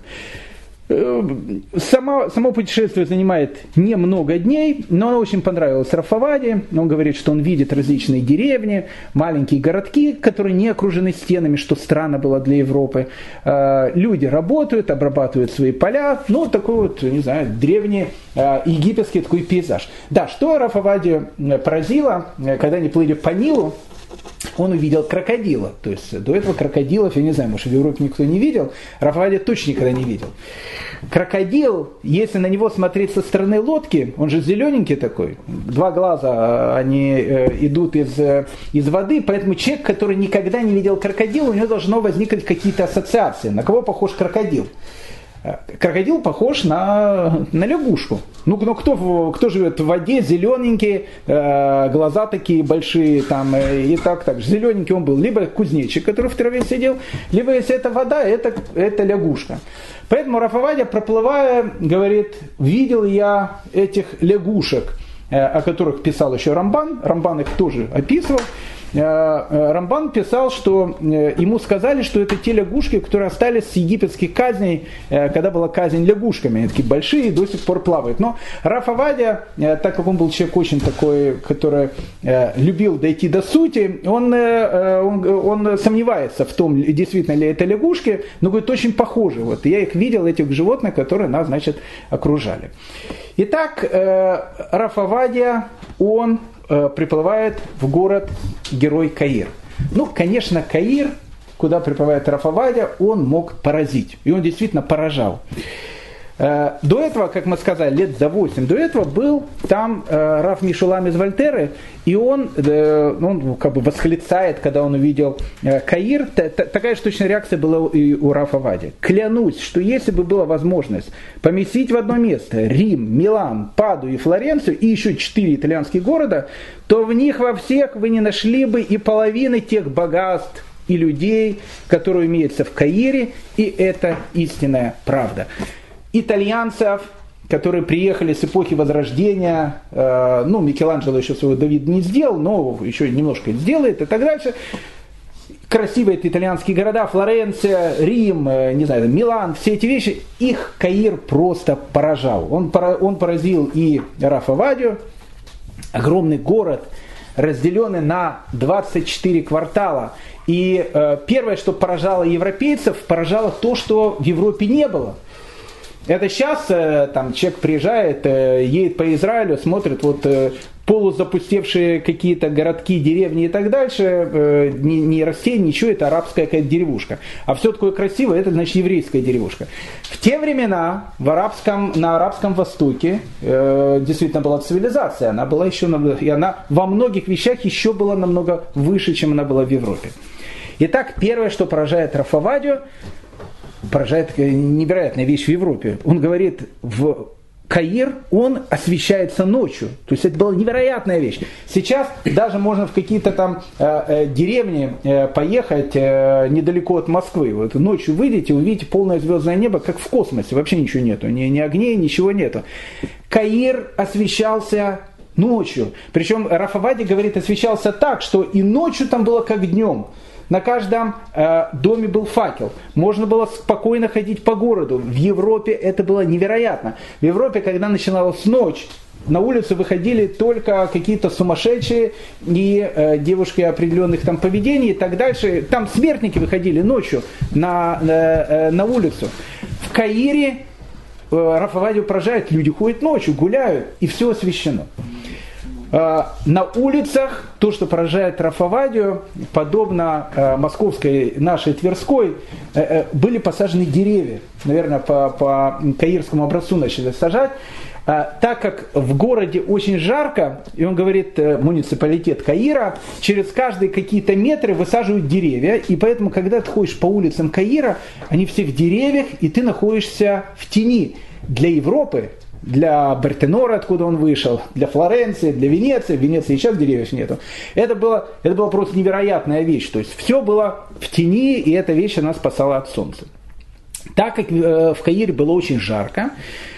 Само путешествие занимает немного дней, но оно очень понравилось Рав Овадии. Он говорит, что он видит различные деревни, маленькие городки, которые не окружены стенами, что странно было для Европы. Люди работают, обрабатывают свои поля. Такой вот, не знаю, древний египетский такой пейзаж. Да, что Рав Овадию поразило, когда они плыли по Нилу, он увидел крокодила. То есть до этого крокодилов, я не знаю, может в Европе никто не видел, Рав Овадия точно никогда не видел. Крокодил, если на него смотреть со стороны лодки, он же зелененький такой, 2 глаза, они идут из воды, поэтому человек, который никогда не видел крокодила, у него должно возникнуть какие-то ассоциации. На кого похож крокодил? Крокодил похож на лягушку. Кто живет в воде, зелененький, глаза такие большие, там, и так же. Зелененький он был. Либо кузнечик, который в траве сидел, либо если это вода, это лягушка. Поэтому Рав Овадия, проплывая, говорит, видел я этих лягушек, о которых писал еще Рамбан. Рамбан их тоже описывал. Рамбан писал, что ему сказали, что это те лягушки, которые остались с египетских казней, когда была казнь лягушками. Они такие большие и до сих пор плавают. Но Раф Овадия, так как он был человек очень такой, который любил дойти до сути, он сомневается в том, действительно ли это лягушки, но говорит, очень похожи. Вот, я их видел, этих животных, которые нас, значит, окружали. Итак, Раф Овадия, он приплывает в город-герой Каир. Ну, конечно, Каир, куда приплывает Раф Овадия, он мог поразить. И он действительно поражал. До этого, как мы сказали, лет за 8 до этого был там Рав Мишулам из Вольтеры, и он как бы восклицает, когда он увидел Каир. Такая же точная реакция была и у Рафа Овадии. Клянусь, что если бы была возможность поместить в одно место Рим, Милан, Паду и Флоренцию, и еще 4 итальянских города, то в них во всех вы не нашли бы и половины тех богатств и людей, которые имеются в Каире, и это истинная правда. Итальянцев, которые приехали с эпохи Возрождения, Микеланджело еще своего Давида не сделал, но еще немножко сделает и так дальше. Красивые это итальянские города, Флоренция, Рим, не знаю, Милан, все эти вещи, их Каир просто поражал. Он поразил и Рафа Овадию, огромный город, разделенный на 24 квартала. И первое, что поражало европейцев, поражало то, что в Европе не было. Это сейчас там человек приезжает, едет по Израилю, смотрит полузапустевшие какие-то городки, деревни и так дальше, не растения, ничего, это арабская какая-то деревушка. А все такое красивое, это значит еврейская деревушка. В те времена на Арабском Востоке действительно была цивилизация, она была еще, и она во многих вещах еще была намного выше, чем она была в Европе. Итак, первое, что поражает Раф Овадию, поражает невероятная вещь в Европе. Он говорит, в Каир, он освещается ночью. То есть это была невероятная вещь. Сейчас даже можно в какие-то там деревни поехать недалеко от Москвы. Вот ночью выйдете, увидите полное звездное небо, как в космосе. Вообще ничего нету. Ни огней, ничего нету. Каир освещался ночью. Причем Раф Овадия говорит, освещался так, что и ночью там было как днем. На каждом доме был факел. Можно было спокойно ходить по городу. В Европе это было невероятно. В Европе, когда начиналась ночь, на улицу выходили только какие-то сумасшедшие и девушки определенных там поведений и так дальше. Там смертники выходили ночью на улицу. В Каире Раф Овадию поражает, люди ходят ночью, гуляют, и все освещено. На улицах, то, что поражает Раф Овадию, подобно московской, нашей Тверской, были посажены деревья. Наверное, по каирскому образцу начали сажать. Так как в городе очень жарко, и он говорит, муниципалитет Каира, через каждые какие-то метры высаживают деревья, и поэтому, когда ты ходишь по улицам Каира, они все в деревьях, и ты находишься в тени. Для Европы, для Бартенора, откуда он вышел, для Флоренции, для Венеции. В Венеции сейчас деревьев нету. Это была просто невероятная вещь. То есть все было в тени, и эта вещь она спасала от солнца. Так как в Каире было очень жарко,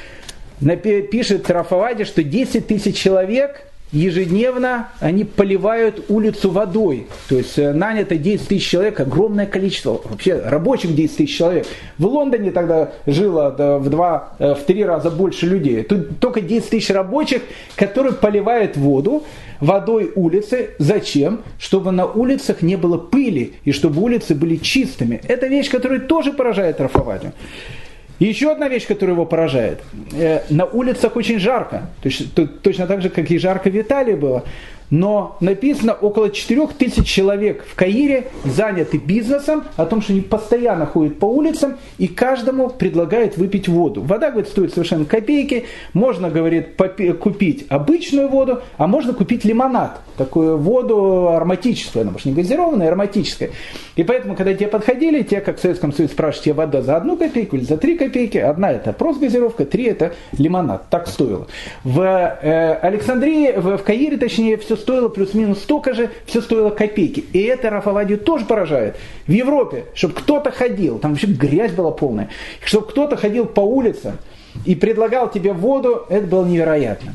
пишет Раф Овадия, что 10 тысяч человек ежедневно они поливают улицу водой. То есть нанято 10 тысяч человек, огромное количество, вообще рабочих 10 тысяч человек. В Лондоне тогда жило в 3 раза больше людей. Тут только 10 тысяч рабочих, которые поливают водой улицы. Зачем? Чтобы на улицах не было пыли и чтобы улицы были чистыми. Это вещь, которая тоже поражает Раф Овадию. И еще одна вещь, которая его поражает. На улицах очень жарко. Точно так же, как и жарко в Италии было. Но написано, около 4000 человек в Каире заняты бизнесом, о том, что они постоянно ходят по улицам и каждому предлагают выпить воду. Вода, говорит, стоит совершенно копейки. Можно, говорит, купить обычную воду, а можно купить лимонад. Такую воду ароматическую, она может не газированная, а ароматическая. И поэтому, когда тебе подходили, те, как в Советском Союзе, спрашивают, тебе вода за 1 копейку или за 3 копейки. Одна это просто газировка, 3 это лимонад. Так стоило. В Александрии, в Каире, точнее, все стоило плюс-минус столько же, все стоило копейки. И это Раф Овадию тоже поражает. В Европе, чтобы кто-то ходил, там вообще грязь была полная, чтобы кто-то ходил по улицам и предлагал тебе воду, это было невероятно.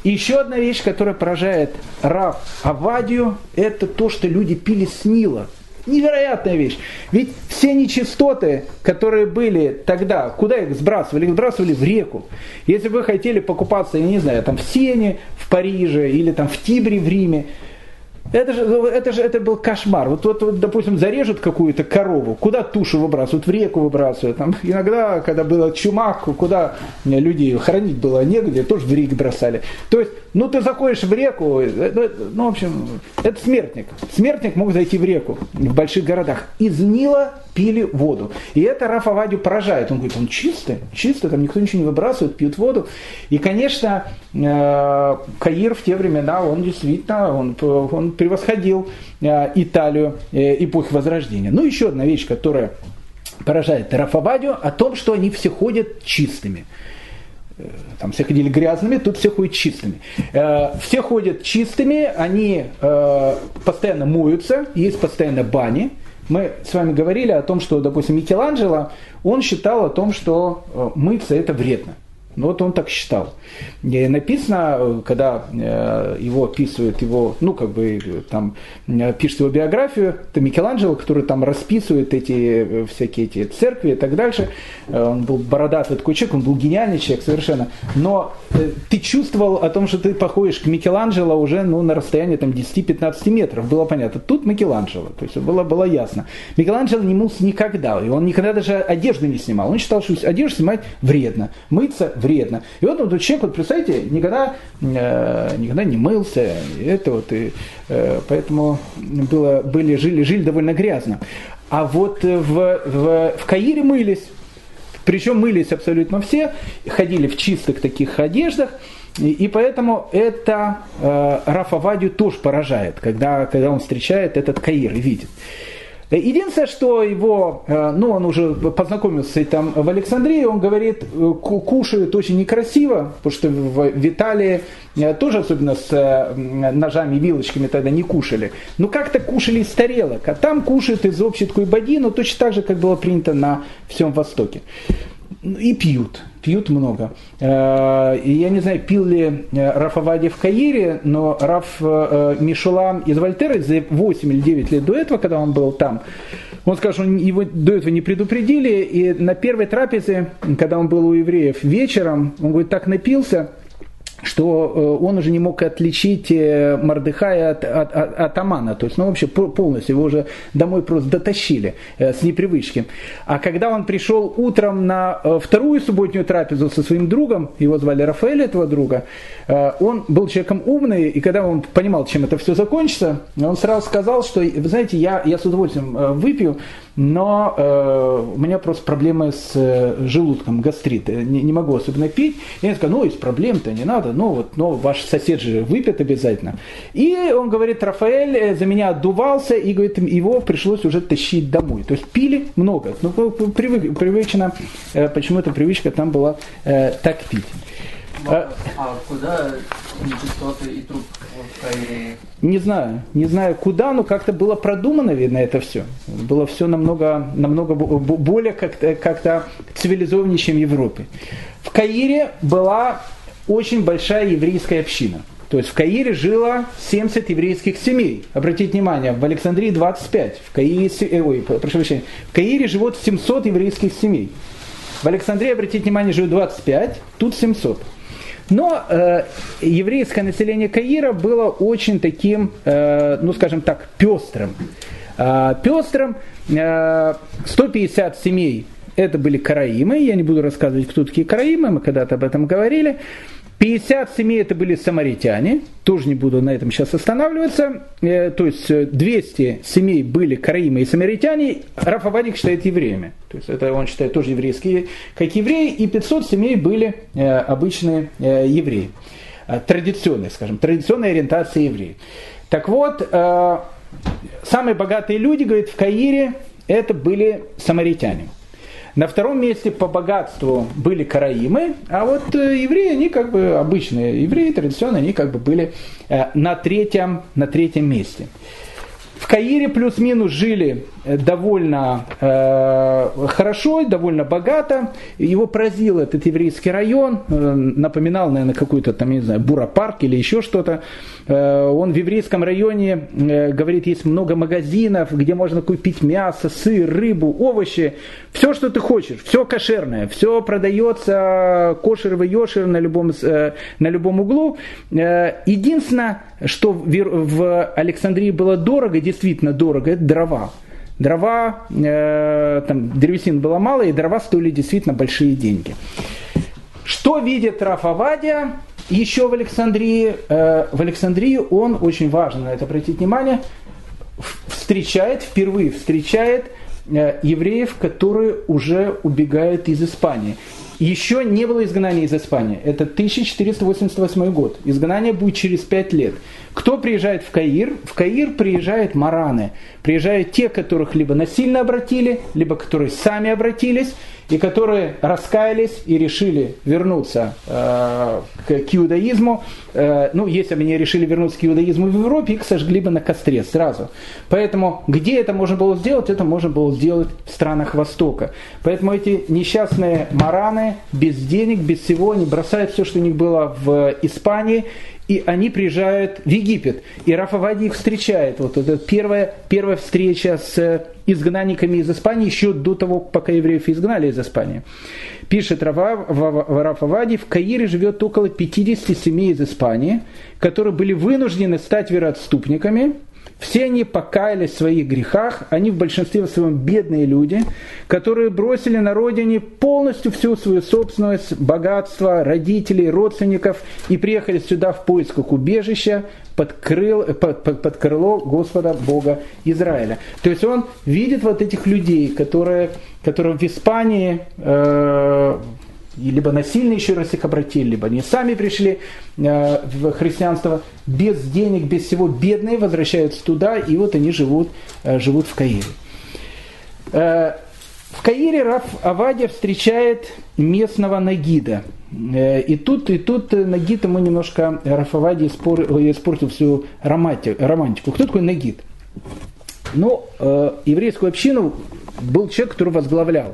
И еще одна вещь, которая поражает Рав Авадию, это то, что люди пили с Нила. Невероятная вещь. Ведь все нечистоты, которые были тогда, куда их сбрасывали? Их сбрасывали в реку. Если бы вы хотели покупаться, я не знаю, там в Сене, в Париже или там в Тибре в Риме, это был кошмар. Вот, допустим, зарежут какую-то корову, куда тушу выбрасывают? В реку выбрасывают. Там, иногда, когда была чума, куда людей хоронить было негде, тоже в реку бросали. То есть, ты заходишь в реку, в общем, это смертник. Смертник мог зайти в реку в больших городах. Из Нила пили воду. И это Рав Авадию поражает. Он говорит, он чистый, там никто ничего не выбрасывает, пьют воду. И, конечно, Каир в те времена, он действительно, он превосходил Италию эпохи Возрождения. Еще одна вещь, которая поражает Рав Авадию, о том, что они все ходят чистыми. Там все ходили грязными, тут все ходят чистыми. Все ходят чистыми, они постоянно моются, есть постоянно бани. Мы с вами говорили о том, что, допустим, Микеланджело, он считал о том, что мыться это вредно. Вот он так считал. И написано, когда его описывают, пишет его биографию, это Микеланджело, который там расписывает эти церкви и так дальше. Он был бородатый такой человек, он был гениальный человек совершенно. Но ты чувствовал о том, что ты походишь к Микеланджело уже на расстоянии 10-15 метров. Было понятно. Тут Микеланджело. То есть было ясно. Микеланджело не мылся никогда. И он никогда даже одежду не снимал. Он считал, что одежду снимать вредно. Мыться вредно. И вот этот человек, представляете, никогда не мылся. Поэтому жили довольно грязно. А вот в Каире мылись. Причем мылись абсолютно все, ходили в чистых таких одеждах. И поэтому это Рав Авадию тоже поражает, когда он встречает этот Каир и видит. Единственное, что он уже познакомился там в Александрии, он говорит, кушают очень некрасиво, потому что в Италии тоже, особенно с ножами и вилочками тогда не кушали. Но как-то кушали из тарелок, а там кушают из общей такой боди, но точно так же, как было принято на всем Востоке. И пьют много. И я не знаю, пил ли Рав Авадия в Каире, но Рав Мешулам из Вольтеры за 8 или 9 лет до этого, когда он был там, он сказал, что его до этого не предупредили, и на первой трапезе, когда он был у евреев вечером, он говорит, так напился, что он уже не мог отличить Мордехая от Амана. То есть, вообще полностью его уже домой просто дотащили с непривычки. А когда он пришел утром на вторую субботнюю трапезу со своим другом, его звали Рафаэль, этого друга, он был человеком умный, и когда он понимал, чем это все закончится, он сразу сказал, что, вы знаете, я с удовольствием выпью, но у меня просто проблемы с желудком, гастрит, не могу особенно пить. И я сказал, есть проблем-то, не надо, но ваш сосед же выпьет обязательно. И он говорит, Рафаэль за меня отдувался, и говорит, его пришлось уже тащить домой. То есть пили много, привычно, почему-то привычка там была так пить. А куда нечистоты и труп в Каире? Не знаю куда, но как-то было продумано, видно, это все. Было все намного более как-то цивилизованнее, чем в Европе. В Каире была очень большая еврейская община. То есть в Каире жило 70 еврейских семей. Обратите внимание, в Александрии 25. В Каире живут 700 еврейских семей. В Александрии, обратите внимание, живет 25, тут 700. Но еврейское население Каира было очень таким, скажем так, пестрым. 150 семей это были караимы. Я не буду рассказывать, кто такие караимы, мы когда-то об этом говорили. 50 семей это были самаритяне, тоже не буду на этом сейчас останавливаться, то есть 200 семей были караимы и самаритяне, Рав Авадия считает евреями, то есть это он считает тоже еврейские, как евреи, и 500 семей были обычные евреи, традиционной ориентации евреи. Так вот, самые богатые люди, говорит, в Каире это были самаритяне. На втором месте по богатству были караимы, а вот евреи, они как бы обычные евреи, традиционно, они как бы были на третьем месте. В Каире плюс-минус жили довольно хорошо, довольно богато. Его поразил этот еврейский район, напоминал, наверное, какой-то там, не знаю, Бура-парк или еще что-то. Он в еврейском районе, говорит, есть много магазинов, где можно купить мясо, сыр, рыбу, овощи. Все, что ты хочешь, все кошерное, все продается кошер-йошер на любом углу. Единственное, что в Александрии было дорого, действительно дорого, это дрова. Дрова, там древесин было мало, и дрова стоили действительно большие деньги. Что видит Рав Овадия еще в Александрии? В Александрии он, очень важно на это обратить внимание, впервые встречает евреев, которые уже убегают из Испании. Еще не было изгнания из Испании. Это 1488 год. Изгнание будет через 5 лет. Кто приезжает в Каир? В Каир приезжают мараны. Приезжают те, которых либо насильно обратили, либо которые сами обратились, и которые раскаялись и решили вернуться к иудаизму. Если бы они решили вернуться к иудаизму в Европе, их сожгли бы на костре сразу. Поэтому где это можно было сделать? Это можно было сделать в странах Востока. Поэтому эти несчастные мараны без денег, без всего, они бросают все, что у них было в Испании, и они приезжают в Египет. И Рав Овадия их встречает. Вот это первая встреча с изгнанниками из Испании, еще до того, пока евреев изгнали из Испании. Пишет Рав Овадия, в Каире живет около 50 семей из Испании, которые были вынуждены стать вероотступниками. Все они покаялись в своих грехах, они в большинстве своем бедные люди, которые бросили на родине полностью всю свою собственность, богатство, родителей, родственников и приехали сюда в поисках убежища под крыло Господа Бога Израиля. То есть он видит вот этих людей, которые в Испании либо насильно еще раз их обратили, либо они сами пришли в христианство без денег, без всего, бедные, возвращаются туда, и вот они живут в Каире. В Каире Рав Овадия встречает местного нагида. И тут нагид ему немножко, Рав Овадия испортил всю романтику. Кто такой нагид? Еврейскую общину был человек, который возглавлял.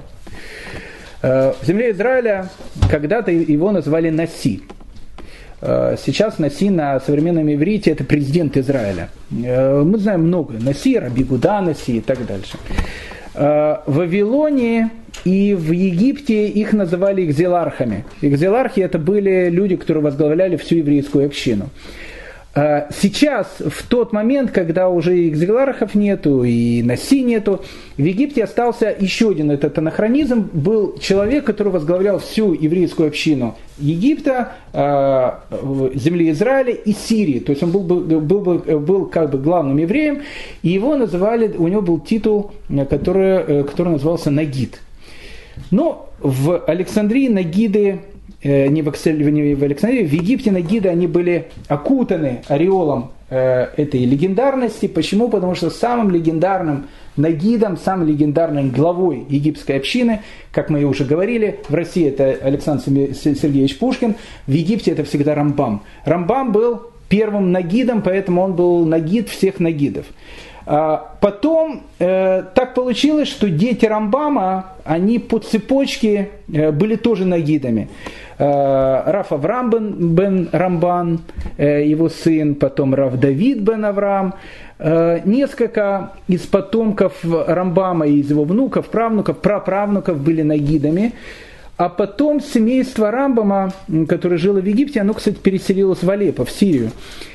В земле Израиля когда-то его назвали Наси. Сейчас Наси на современном иврите это президент Израиля. Мы знаем много. Наси, Раби Гуда Наси и так дальше. В Вавилоне и в Египте их называли экзилархами. Экзилархи это были люди, которые возглавляли всю еврейскую общину. Сейчас, в тот момент, когда уже экзилархов нету и Наси нету, в Египте остался еще один этот анахронизм. Был человек, который возглавлял всю еврейскую общину Египта, земли Израиля и Сирии. То есть он был как бы главным евреем, и его называли, у него был титул, который назывался Нагид. Но в Александрии нагиды, не в Александрии, в Египте нагиды, они были окутаны ореолом этой легендарности. Почему? Потому что самым легендарным нагидом, самым легендарным главой египетской общины, как мы уже говорили, в России это Александр Сергеевич Пушкин, в Египте это всегда Рамбам. Рамбам был первым нагидом, поэтому он был нагид всех нагидов. Потом так получилось, что дети Рамбама, они по цепочке были тоже нагидами. Рав Авраам бен Рамбан, его сын, потом Рав Давид бен Авраам. Несколько из потомков Рамбама, из его внуков, правнуков, праправнуков были нагидами. А потом семейство Рамбама, которое жило в Египте, оно, кстати, переселилось в Алеппо, в Сирию.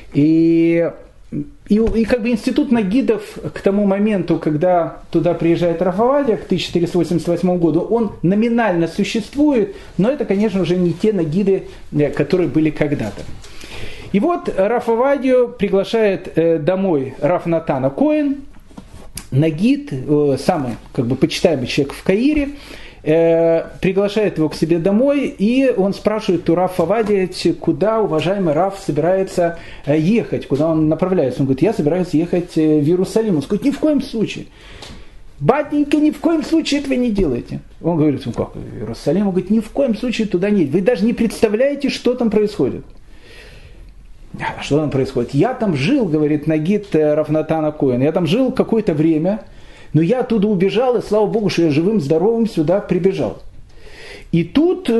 И как бы институт нагидов к тому моменту, когда туда приезжает Рав Овадия, к 1488 году, он номинально существует, но это, конечно, уже не те нагиды, которые были когда-то. И вот Рав Овадию приглашает домой Рав Натан а-Коэн, нагид, самый как бы почитаемый человек в Каире, приглашает его к себе домой, и он спрашивает у Рав Овадия, куда уважаемый Рав собирается ехать, куда он направляется. Он говорит, я собираюсь ехать в Иерусалим. Он говорит, ни в коем случае. Батенька, ни в коем случае этого не делайте. Он говорит, ну как, в Иерусалим? Он говорит, ни в коем случае туда не едете. Вы даже не представляете, что там происходит. Что там происходит? Я там жил, говорит Нагид Рав Натан АКоэн, я там жил какое-то время, но я оттуда убежал, и слава Богу, что я живым, здоровым сюда прибежал. И тут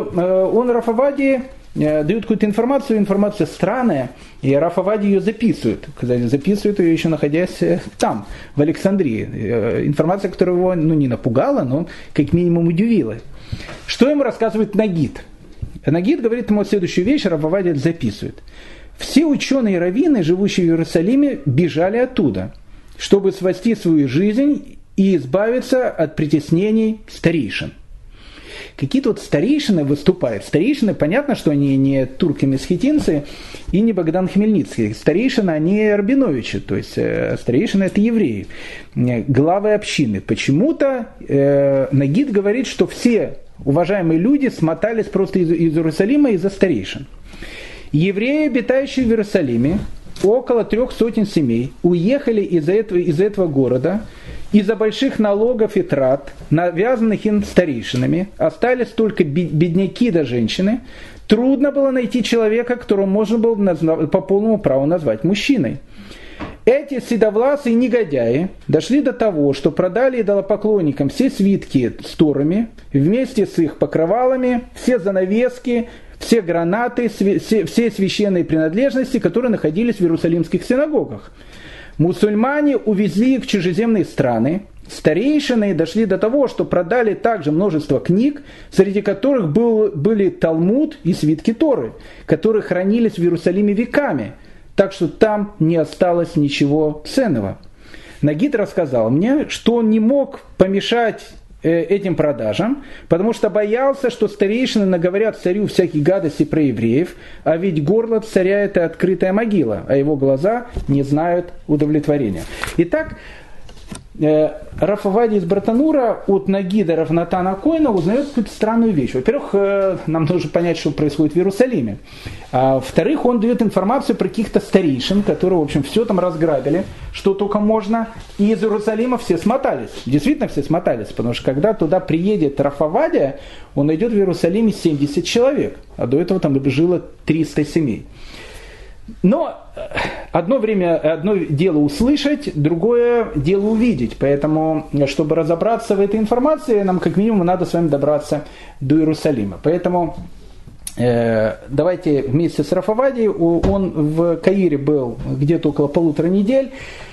он Рав Овадии дает какую-то информацию, информация странная, и Рав Овадия ее записывает. Кстати, записывает ее еще находясь там, в Александрии. Информация, которая его не напугала, но как минимум удивила. Что ему рассказывает Нагид? Нагид говорит ему следующую вещь, Рав Овадия записывает. Все ученые и раввины, живущие в Иерусалиме, бежали оттуда, чтобы спасти свою жизнь и избавиться от притеснений старейшин. Какие-то вот старейшины выступают. Старейшины, понятно, что они не турки-месхетинцы и не Богдан Хмельницкий. Старейшины, они Рабиновичи, то есть старейшины это евреи, главы общины. Почему-то Нагид говорит, что все уважаемые люди смотались просто из Иерусалима из-за старейшин. Евреи, обитающие в Иерусалиме, около 300 семей, уехали из этого города из-за больших налогов и трат, навязанных им старейшинами. Остались только бедняки да женщины. Трудно было найти человека, которого можно было по полному праву назвать мужчиной. Эти седовласые негодяи дошли до того, что продали идолопоклонникам все свитки с Торами, вместе с их покрывалами, все занавески, все гранаты, все священные принадлежности, которые находились в иерусалимских синагогах. Мусульмане увезли их в чужеземные страны. Старейшины дошли до того, что продали также множество книг, среди которых были Талмуд и свитки Торы, которые хранились в Иерусалиме веками. Так что там не осталось ничего ценного. Нагид рассказал мне, что он не мог помешать этим продажам, потому что боялся, что старейшины наговорят царю всякие гадости про евреев, а ведь горло царя это открытая могила, а его глаза не знают удовлетворения. Итак, Рав Овадия из Братанура от Нагида Рав Натана АКоэна узнает какую-то странную вещь. Во-первых, нам нужно понять, что происходит в Иерусалиме. А во-вторых, он дает информацию про каких-то старейшин, которые, в общем, все там разграбили, что только можно. И из Иерусалима все смотались. Действительно все смотались, потому что когда туда приедет Рав Овадия, он найдет в Иерусалиме 70 человек, а до этого там жило 300 семей. Но одно дело услышать, другое дело увидеть. Поэтому, чтобы разобраться в этой информации, нам как минимум надо с вами добраться до Иерусалима. Поэтому давайте вместе с Рав Овадией, он в Каире был где-то около 1,5 недели,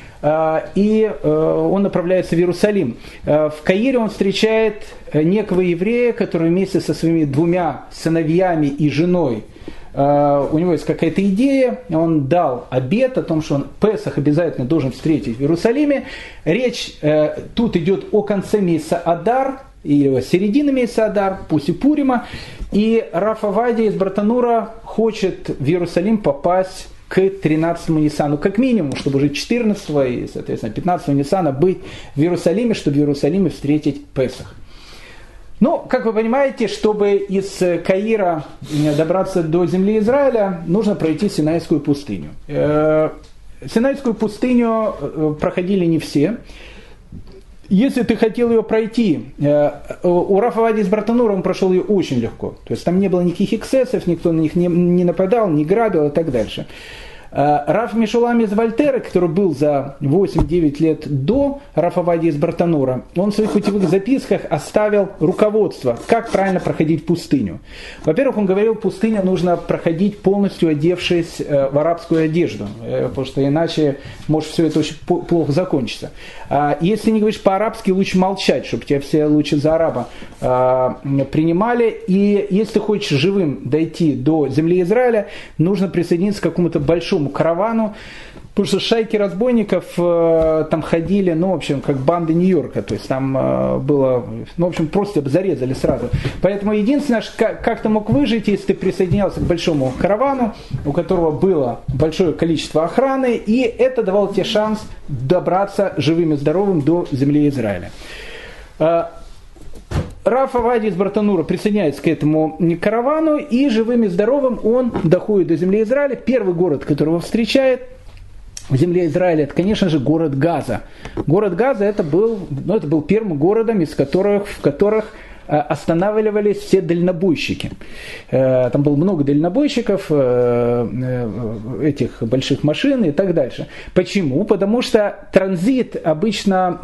и он направляется в Иерусалим. В Каире он встречает некого еврея, который вместе со своими 2 сыновьями и женой, у него есть какая-то идея, он дал обет о том, что он Песах обязательно должен встретить в Иерусалиме. Речь тут идет о конце месяца Адар, или середины месяца Адар, после Пурима. И Рав Овадия из Братанура хочет в Иерусалим попасть к 13-му Ниссану, как минимум, чтобы уже 14-го и, соответственно, 15-го Ниссана быть в Иерусалиме, чтобы в Иерусалиме встретить Песах. Но, как вы понимаете, чтобы из Каира добраться до земли Израиля, нужно пройти Синайскую пустыню. Синайскую пустыню проходили не все. Если ты хотел ее пройти, у Рав Овадии из Братанура он прошел ее очень легко. То есть там не было никаких эксцессов, никто на них не нападал, не грабил и так дальше. Рав Мешулам из Вольтеры, который был за 8-9 лет до Рав Овадии из Братанура, он в своих путевых записках оставил руководство, как правильно проходить пустыню. Во-первых, он говорил, пустыню нужно проходить полностью одевшись в арабскую одежду, потому что иначе может все это очень плохо закончиться. Если не говоришь по-арабски, лучше молчать, чтобы тебя все лучше за араба принимали. И если ты хочешь живым дойти до земли Израиля, нужно присоединиться к какому-то большому каравану, потому что шайки разбойников там ходили, в общем, как банды Нью-Йорка, то есть там было, в общем, просто зарезали сразу. Поэтому единственное, как ты мог выжить, если ты присоединялся к большому каравану, у которого было большое количество охраны, и это давало тебе шанс добраться живым и здоровым до земли Израиля. Рав Овадия из Братанура присоединяется к этому каравану, и живым и здоровым он доходит до земли Израиля. Первый город, который его встречает в земле Израиля, это, конечно же, город Газа. Город Газа это был первым городом, в которых останавливались все дальнобойщики. Там было много дальнобойщиков, этих больших машин и так дальше. Почему? Потому что транзит обычно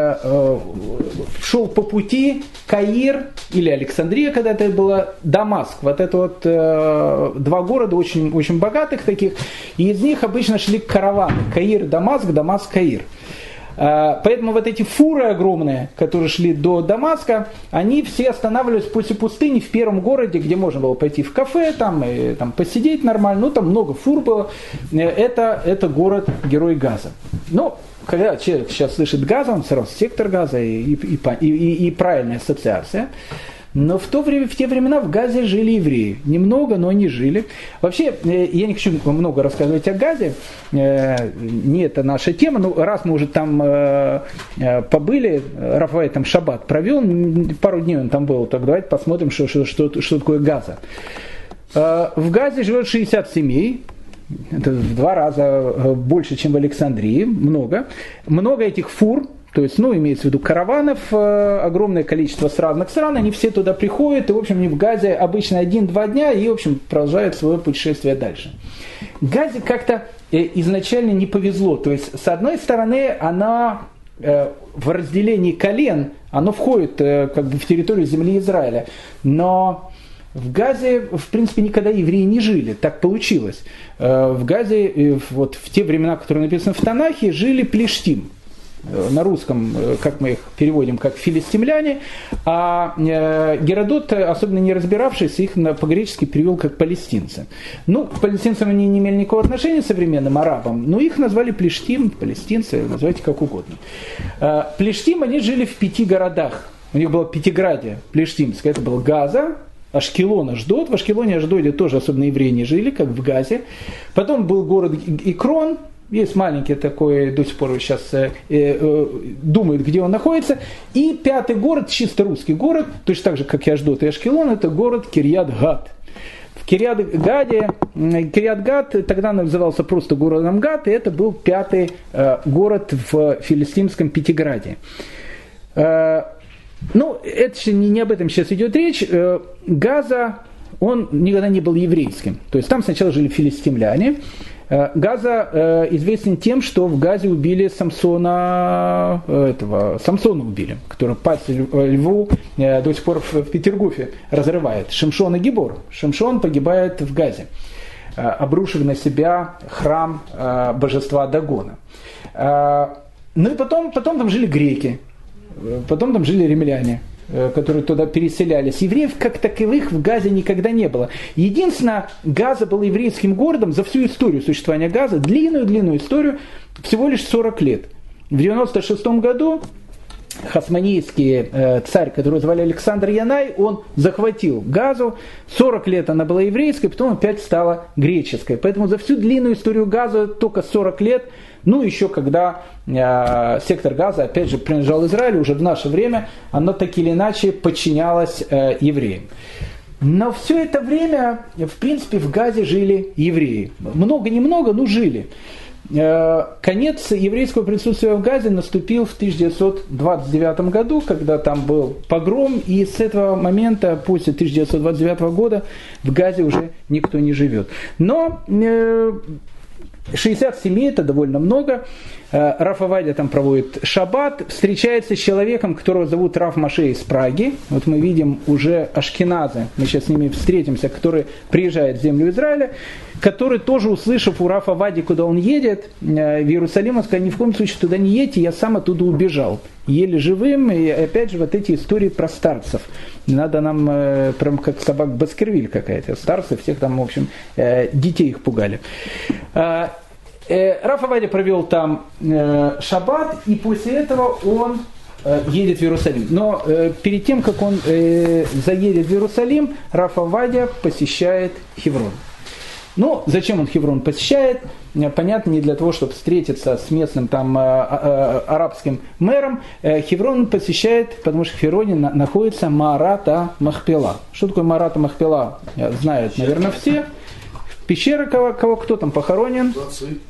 шел по пути Каир или Александрия, когда это было, Дамаск. Вот это вот два города очень, очень богатых таких, и из них обычно шли караваны. Каир, Дамаск, Дамаск, Каир. Поэтому вот эти фуры огромные, которые шли до Дамаска, они все останавливались после пустыни в первом городе, где можно было пойти в кафе, там, и, там посидеть нормально, ну там много фур было. Это город-герой Газа. Ну, когда человек сейчас слышит Газа, он сразу сектор Газа и правильная ассоциация. Но в те времена в Газе жили евреи. Немного, но они жили. Вообще, я не хочу много рассказывать о Газе. Не это наша тема. Но раз мы уже там побыли, Рафаэль там шаббат провел, пару дней он там был, так давайте посмотрим, что такое Газа. В Газе живет 60 семей. Это в 2 раза больше, чем в Александрии. Много. Много этих фур. То есть, имеется в виду караванов, огромное количество с разных стран, они все туда приходят, и, в общем, они в Газе обычно 1-2 дня, и, в общем, продолжают свое путешествие дальше. Газе как-то изначально не повезло, то есть, с одной стороны, она в разделении колен, она входит как бы в территорию земли Израиля, но в Газе, в принципе, никогда евреи не жили, так получилось. В Газе, вот в те времена, которые написаны в Танахе, жили плештим. На русском, как мы их переводим, как филистимляне, а Геродот, особенно не разбиравшись, их по-гречески перевел как палестинцы. Ну, к палестинцам они не имели никакого отношения, современным арабам, но их назвали плештим, палестинцы, называйте как угодно. Плештим, они жили в 5 городах. У них было Пятиградие плештимское, это был Газа, Ашкелон, Ашдод. В Ашкелоне и Ашдоде тоже особенно евреи не жили, как в Газе. Потом был город Икрон. Есть маленький такой, до сих пор сейчас думают, где он находится. И 5-й город, чисто русский город, точно так же, как и Ашдод и Ашкелон, это город Кирьят-Гат. В Кирьят-Гат тогда назывался просто городом Гат, и это был 5-й город в филистимском Пятиграде. Это не об этом сейчас идет речь. Газа, он никогда не был еврейским. То есть там сначала жили филистимляне. Газа известен тем, что в Газе убили Самсона убили, который пасть льву до сих пор в Петергофе разрывает. Шимшон и Гибор. Шимшон погибает в Газе, обрушив на себя храм божества Дагона. Ну и потом там жили греки, потом там жили римляне, которые туда переселялись. Евреев как таковых в Газе никогда не было. Единственное, Газа был еврейским городом за всю историю существования Газа, длинную историю, всего лишь 40 лет. В 96 году хасмонейский царь, которого звали Александр Янай, он захватил Газу. 40 лет она была еврейской, потом опять стала греческой. Поэтому за всю длинную историю Газа только 40 лет. Ну, еще когда сектор Газа, опять же, принадлежал Израилю, уже в наше время, оно так или иначе подчинялось евреям. Но все это время, в принципе, в Газе жили евреи. Много-немного, но жили. Конец еврейского присутствия в Газе наступил в 1929 году, когда там был погром, и с этого момента, после 1929 года, в Газе уже никто не живет. Но 60 семей, это довольно много. Раф Овадия там проводит шаббат, встречается с человеком, которого зовут Рав Маше из Праги. Вот мы видим уже ашкеназы, мы сейчас с ними встретимся, которые приезжают в землю Израиля, который тоже, услышав у Рафа Овадии, куда он едет, в Иерусалим, он сказал: ни в коем случае туда не едьте, я сам оттуда убежал. Еле живым, и опять же вот эти истории про старцев. Надо нам прям как собак Баскервиль какая-то, старцы, всех там, в общем, детей их пугали. Раф Овадия провел там шаббат, и после этого он едет в Иерусалим. Но перед тем, как он заедет в Иерусалим, Раф Овадия посещает Хеврон. Ну, зачем он Хеврон посещает? Понятно, не для того, чтобы встретиться с местным там арабским мэром. Хеврон посещает, потому что в Хевроне находится Маарат Махпела. Что такое Маарат Махпела? Знают, наверное, все. Пещера, кто там похоронен?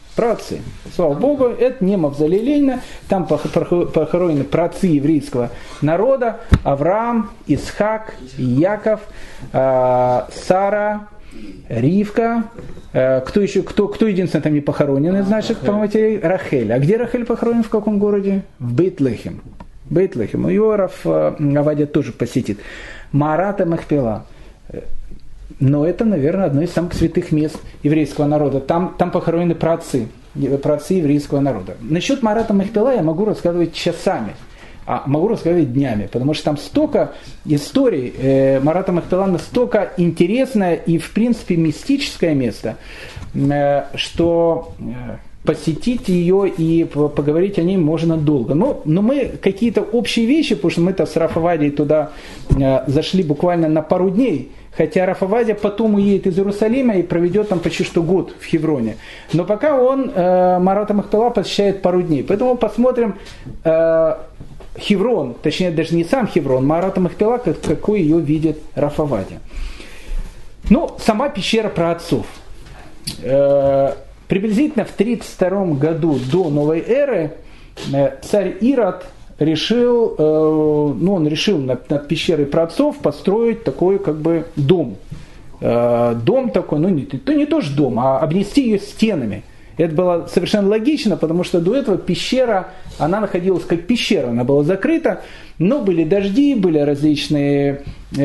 праотцы. Слава Богу, это не мавзолей Ленина, там похоронены праотцы еврейского народа: Авраам, Исхак, Яков, Сара, Ривка. Кто еще, кто единственный там не похоронен из наших матерей? Рахель. А где Рахель похоронен, в каком городе? В Бейт-Лехем. Бейт-Лехем. Его Рав Авадия тоже посетит. Маарат ха-Махпела. Но это, наверное, одно из самых святых мест еврейского народа. Там похоронены праотцы еврейского народа. Насчет Маарат ха-Махпела я могу рассказывать часами, а могу рассказывать днями, потому что там столько историй. Маарат ха-Махпела настолько интересное и, в принципе, мистическое место, что посетить ее и поговорить о ней можно долго. Но мы какие-то общие вещи, потому что мы-то с Рав Авадией туда зашли буквально на пару дней, хотя Рав Авадия потом уедет из Иерусалима и проведет там почти что год в Хевроне. Но пока он Маарат ха-Махпела посещает пару дней. Поэтому посмотрим Хеврон, точнее даже не сам Хеврон, Маарат ха-Махпела, какой ее видит Рав Авадия. Ну, сама пещера праотцов. Приблизительно в 32 году до новой эры царь Ирод решил над пещерой праотцов построить такой как бы дом. Дом такой, не тоже дом, а обнести ее стенами. Это было совершенно логично, потому что до этого пещера, она находилась как пещера, она была закрыта, но были дожди, были различные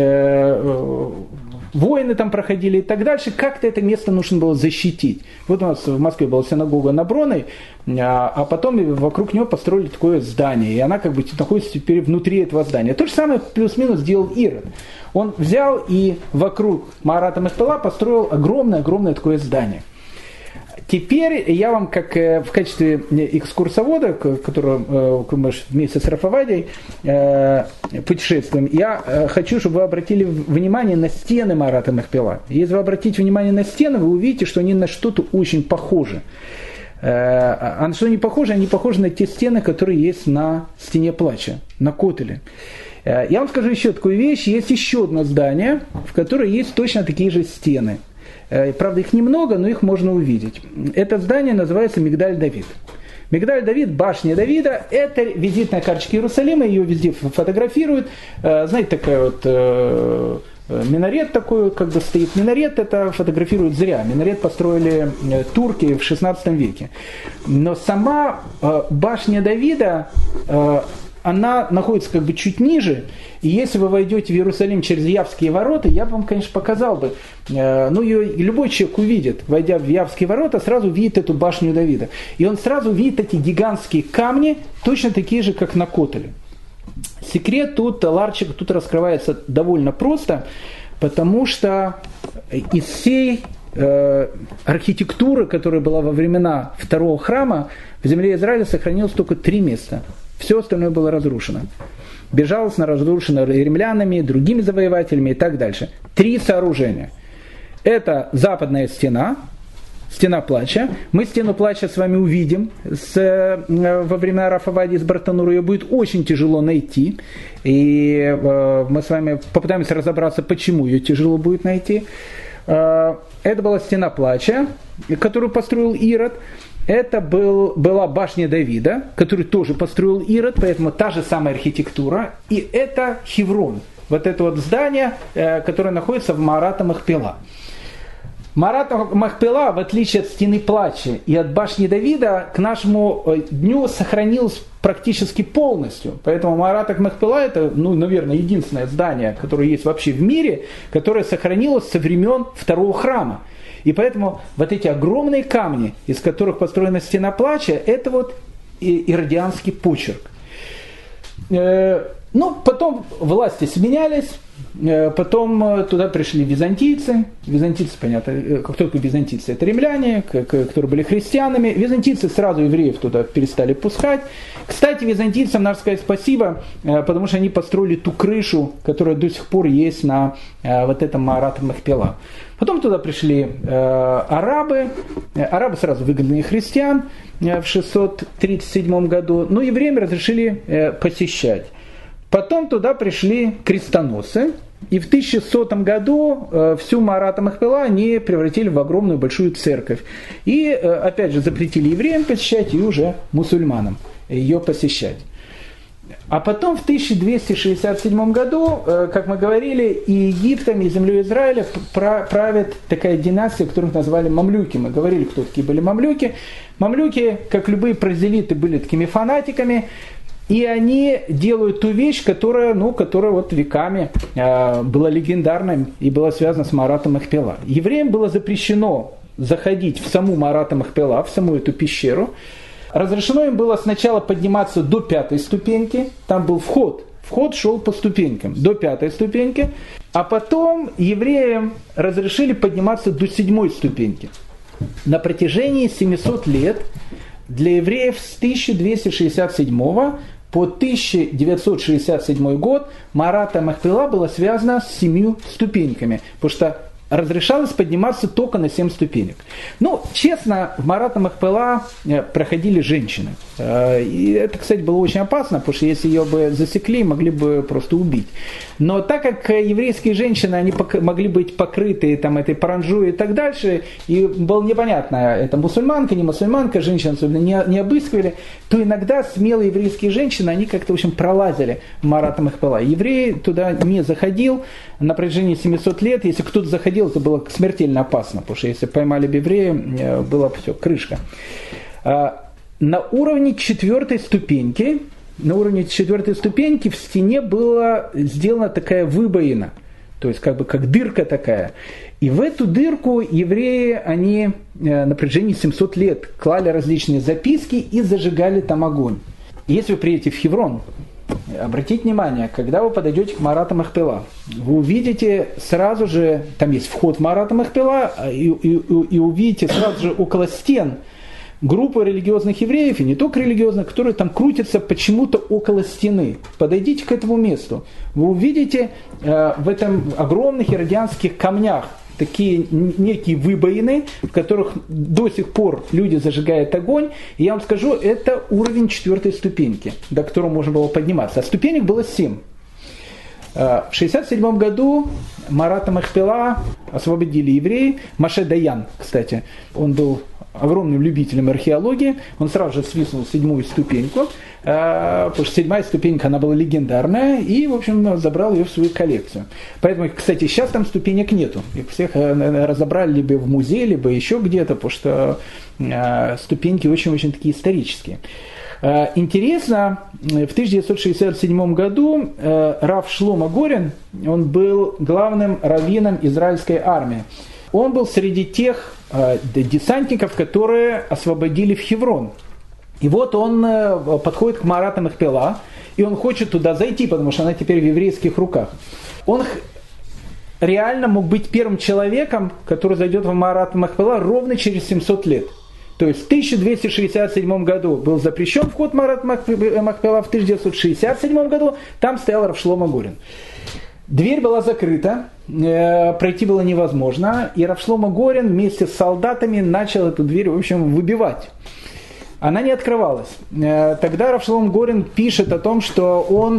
войны там проходили и так дальше. Как-то это место нужно было защитить. Вот у нас в Москве была синагога на Бронной, а потом вокруг нее построили такое здание. И она как бы находится теперь внутри этого здания. То же самое плюс-минус сделал Ирод. Он взял и вокруг Маарат ха-Махпела построил огромное такое здание. Теперь я вам, как в качестве экскурсовода, которого мы вместе с Рав Авадией путешествуем, я хочу, чтобы вы обратили внимание на стены Маарат ха-Махпела. Если вы обратите внимание на стены, вы увидите, что они на что-то очень похожи. А на что они похожи? Они похожи на те стены, которые есть на стене плача, на Котеле. Я вам скажу еще такую вещь. Есть еще одно здание, в котором есть точно такие же стены. Правда, их немного, но их можно увидеть. Это здание называется Мигдаль Давид. Мигдаль Давид, башня Давида, это визитная карточка Иерусалима, ее везде фотографируют. Знаете, такая вот минарет такой, как бы стоит минарет, это фотографируют зря. Минарет построили турки в 16 веке. Но сама башня Давида, она находится как бы чуть ниже, и если вы войдете в Иерусалим через Явские ворота, я бы вам, конечно, показал бы, ее любой человек увидит, войдя в Явские ворота, сразу видит эту башню Давида. И он сразу видит эти гигантские камни, точно такие же, как на Котеле. Секрет тут, ларчик тут раскрывается довольно просто, потому что из всей архитектуры, которая была во времена второго храма, в земле Израиля сохранилось только 3 места. Все остальное было разрушено. Безжалостно разрушено римлянами, другими завоевателями и так дальше. 3 сооружения. Это западная стена, стена плача. Мы стену плача с вами увидим во времена Рав Авадии с Бартанура. Ее будет очень тяжело найти. И мы с вами попытаемся разобраться, почему ее тяжело будет найти. Это была стена плача, которую построил Ирод. Это была башня Давида, которую тоже построил Ирод, поэтому та же самая архитектура. И это Хеврон, вот это вот здание, которое находится в Маарат ха-Махпела. Маарат ха-Махпела, в отличие от стены плача и от башни Давида, к нашему дню сохранилась практически полностью. Поэтому Маарат ха-Махпела это, наверное, единственное здание, которое есть вообще в мире, которое сохранилось со времен второго храма. И поэтому вот эти огромные камни, из которых построена стена плача, это вот иродианский почерк. Потом власти сменялись, потом туда пришли византийцы. Византийцы, понятно, кто такие византийцы? Это римляне, которые были христианами. Византийцы сразу евреев туда перестали пускать. Кстати, византийцам надо сказать спасибо, потому что они построили ту крышу, которая до сих пор есть на вот этом Маарат ха-Махпела. Потом туда пришли арабы. Арабы сразу выгнали христиан в 637 году. Но евреям разрешили посещать. Потом туда пришли крестоносцы. И в 1100 году всю Маарат Махпела они превратили в огромную большую церковь. И, опять же, запретили евреям посещать и уже мусульманам ее посещать. А потом в 1267 году, как мы говорили, и Египтом, и землей Израиля правит такая династия, которую назвали мамлюки. Мы говорили, кто такие были мамлюки. Мамлюки, как любые прозелиты, были такими фанатиками. И они делают ту вещь, которая вот веками была легендарной и была связана с Маарат Махпела. Евреям было запрещено заходить в саму Маарат Махпела, в саму эту пещеру. Разрешено им было сначала подниматься до 5-й ступеньки, там был вход. Вход шел по ступенькам до 5-й ступеньки, а потом евреям разрешили подниматься до 7-й ступеньки. На протяжении 700 лет для евреев с 1267 по 1967 год Маарат Махпела была связана с 7 ступеньками, потому что разрешалось подниматься только на 7 ступенек. Ну, честно, в Маарат Махпела проходили женщины. И это, кстати, было очень опасно, потому что если ее бы засекли, могли бы просто убить. Но так как еврейские женщины, они могли быть покрыты там, этой паранджой и так дальше, и было непонятно, это мусульманка, не мусульманка, женщин особенно не обыскивали, то иногда смелые еврейские женщины, они как-то, в общем, пролазили в Маарат Махпела. Еврей туда не заходил на протяжении 700 лет. Если кто-то заходил, это было смертельно опасно, потому что если поймали бы еврея, была все, крышка. На уровне 4-й ступеньки, в стене была сделана такая выбоина, то есть как дырка такая. И в эту дырку евреи, они на протяжении 700 лет клали различные записки и зажигали там огонь. Если вы приедете в Хеврон, обратите внимание, когда вы подойдете к Маарат Махпела, вы увидите сразу же, там есть вход в Маарат Махпела, и увидите сразу же около стен группу религиозных евреев, и не только религиозных, которые там крутятся почему-то около стены. Подойдите к этому месту. Вы увидите в этом огромных иродианских камнях такие некие выбоины, в которых до сих пор люди зажигают огонь. И я вам скажу, это уровень 4-й ступеньки, до которого можно было подниматься. А ступенек было 7. В 1967 году Маарат Махпела освободили евреи. Моше Даян, кстати, он был огромным любителем археологии, он сразу же свистнул 7-ю ступеньку, потому что 7-я ступенька, она была легендарная, и, в общем, забрал ее в свою коллекцию. Поэтому, кстати, сейчас там ступенек нету. Их всех разобрали либо в музее, либо еще где-то, потому что ступеньки очень-очень такие исторические. Интересно, в 1967 году Рав Шломо Горин, он был главным раввином израильской армии. Он был среди тех десантников, которые освободили в Хеврон. И вот он подходит к Маарат Махпела, и он хочет туда зайти, потому что она теперь в еврейских руках. Он реально мог быть первым человеком, который зайдет в Маарат Махпела ровно через 700 лет. То есть в 1267 году был запрещен вход в Маарат Махпела, в 1967 году там стоял Рав Шломо Горин. Дверь была закрыта, пройти было невозможно, и Рав Шломо Горин вместе с солдатами начал эту дверь, в общем, выбивать. Она не открывалась. Тогда Рав Шломо Горин пишет о том, что он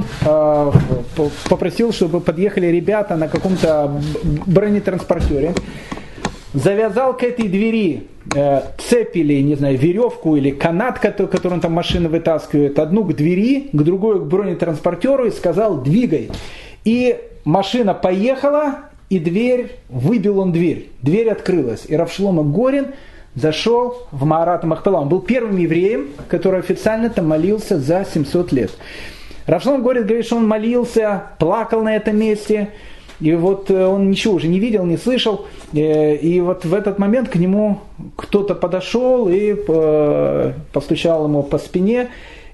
попросил, чтобы подъехали ребята на каком-то бронетранспортере, завязал к этой двери цепь или, не знаю, веревку или канат, которым там машина вытаскивает, одну к двери, к другой к бронетранспортеру и сказал «двигай». И машина поехала, и выбил он дверь. Дверь открылась. И Рав Шломо Горин зашел в Маарат Махпела. Он был первым евреем, который официально там молился за 700 лет. Рав Шломо Горин говорит, что он молился, плакал на этом месте. И вот он ничего уже не видел, не слышал. И вот в этот момент к нему кто-то подошел и постучал ему по спине.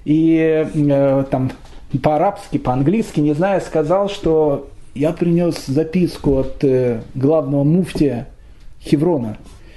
И там по-арабски, по-английски, не знаю, сказал, что я принес записку от главного муфтия Хеврона.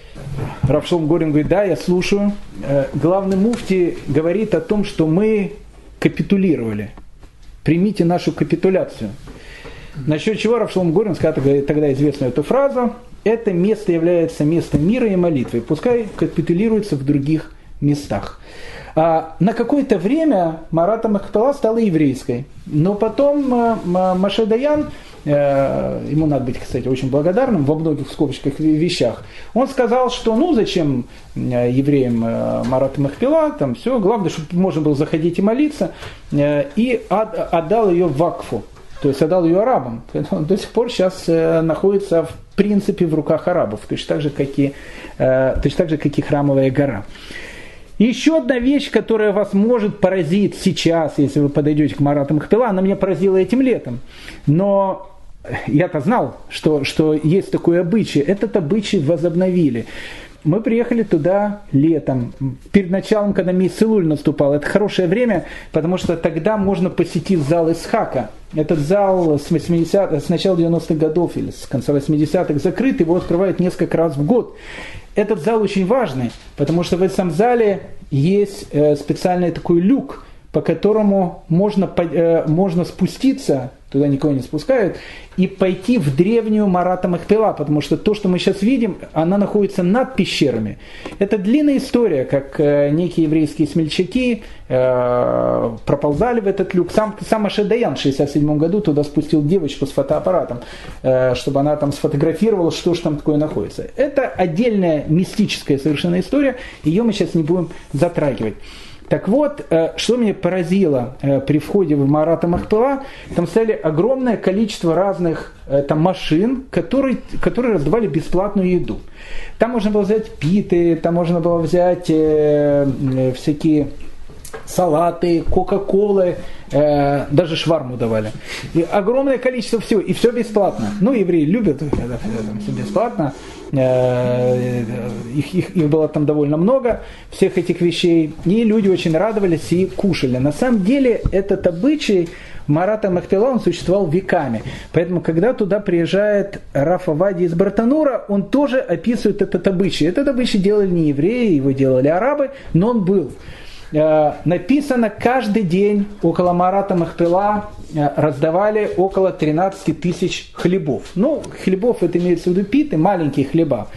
Рав Шломо Горин говорит, да, я слушаю. Главный муфтий говорит о том, что мы капитулировали. Примите нашу капитуляцию. Насчет чего Рав Шломо Горин сказал тогда известную эту фразу: это место является местом мира и молитвы, пускай капитулируется в других местах. На какое-то время Маарат Махпела стала еврейской, но потом Моше Даян ему надо быть, кстати, очень благодарным во многих в скобочках вещах, он сказал, что зачем евреям Марат Махпела, там все, главное, чтобы можно было заходить и молиться, и отдал ее вакфу, то есть отдал ее арабам. Он до сих пор сейчас находится в принципе в руках арабов, точно так же, как и Храмовая гора. Еще одна вещь, которая вас может поразить сейчас, если вы подойдете к Марату Махпела, она меня поразила этим летом. Но я-то знал, что есть такой обычай. Этот обычай возобновили. Мы приехали туда летом, перед началом, когда месяц Илуль наступал. Это хорошее время, потому что тогда можно посетить зал Исхака. Этот зал с начала 90-х годов или с конца 80-х закрыт, его открывают несколько раз в год. Этот зал очень важный, потому что в этом зале есть специальный такой люк, по которому можно спуститься, туда никого не спускают, и пойти в древнюю Марата Махпела, потому что то, что мы сейчас видим, она находится над пещерами. Это длинная история, как некие еврейские смельчаки проползали в этот люк. Сам Моше Даян в 1967 году туда спустил девочку с фотоаппаратом, чтобы она там сфотографировала, что же там такое находится. Это отдельная мистическая совершенно история, ее мы сейчас не будем затрагивать. Так вот, что меня поразило при входе в Марата Махпела, там стояли огромное количество разных там машин, которые раздавали бесплатную еду. Там можно было взять питы, там можно было взять всякие салаты, кока-колы, даже шварму давали. И огромное количество всего, и все бесплатно. Евреи любят, когда все бесплатно. Их было там довольно много, всех этих вещей, и люди очень радовались и кушали. На самом деле этот обычай Марата Махпела, он существовал веками. Поэтому, когда туда приезжает Рав Овадия из Бартанура, он тоже описывает этот обычай. Этот обычай делали не евреи, его делали арабы, но он был. Написано, каждый день около Марата Махпела раздавали около 13 тысяч хлебов. Хлебов это имеется в виду питы, маленькие хлеба.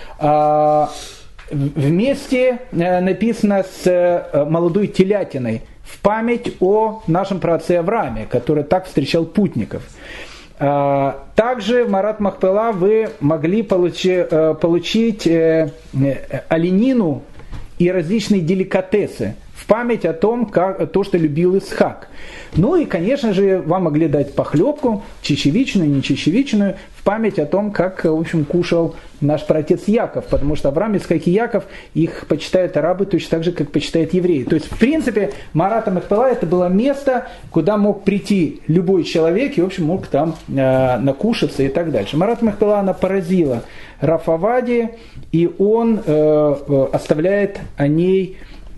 Вместе написано с молодой телятиной в память о нашем праотце Аврааме, который так встречал путников. Также в Марат Махпела вы могли получить оленину и различные деликатесы в память о том, то, что любил Исхак. И, конечно же, вам могли дать похлебку, чечевичную, не чечевичную, в память о том, как, в общем, кушал наш праотец Яков, потому что Авраам, Исхак и Яков, их почитают арабы точно так же, как почитают евреи. То есть, в принципе, Марат Махпела это было место, куда мог прийти любой человек и, в общем, мог там накушаться и так дальше. Марат Махпела, она поразила Рав Овадия, и он оставляет о ней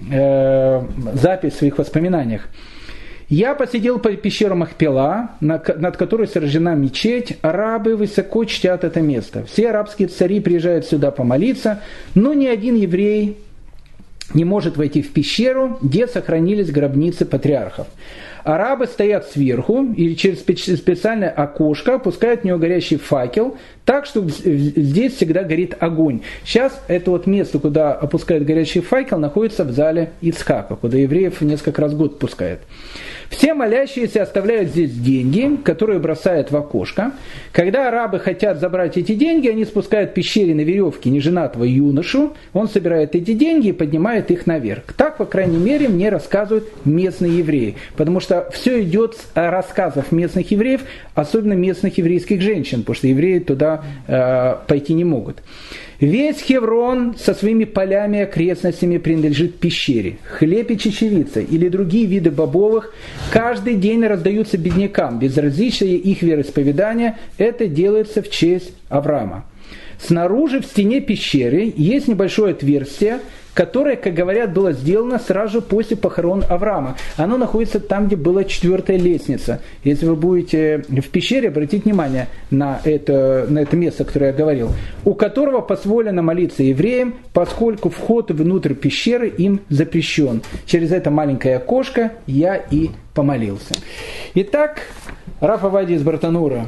запись в своих воспоминаниях. «Я посидел по пещеру Махпела, над которой сожжена мечеть. Арабы высоко чтят это место. Все арабские цари приезжают сюда помолиться, но ни один еврей не может войти в пещеру, где сохранились гробницы патриархов. Арабы стоят сверху или через специальное окошко опускают в него горящий факел, так что здесь всегда горит огонь. Сейчас это место, куда опускают горящий факел, находится в зале Ицхака, куда евреев несколько раз в год пускают. Все молящиеся оставляют здесь деньги, которые бросают в окошко. Когда арабы хотят забрать эти деньги, они спускают в пещере на веревке неженатого юношу, он собирает эти деньги и поднимает их наверх. Так, по крайней мере, мне рассказывают местные евреи, потому что все идет с рассказов местных евреев, особенно местных еврейских женщин, потому что евреи туда пойти не могут. Весь Хеврон со своими полями и окрестностями принадлежит пещере. Хлеб и чечевица или другие виды бобовых каждый день раздаются беднякам, безразличие их вероисповедания. Это делается в честь Авраама. Снаружи в стене пещеры есть небольшое отверстие, которое, как говорят, было сделано сразу после похорон Авраама. Оно находится там, где была 4-я лестница. Если вы будете в пещере, обратите внимание на это место, которое я говорил, у которого позволено молиться евреям, поскольку вход внутрь пещеры им запрещен. Через это маленькое окошко я и помолился. Итак, Рав Овадия из Бартанура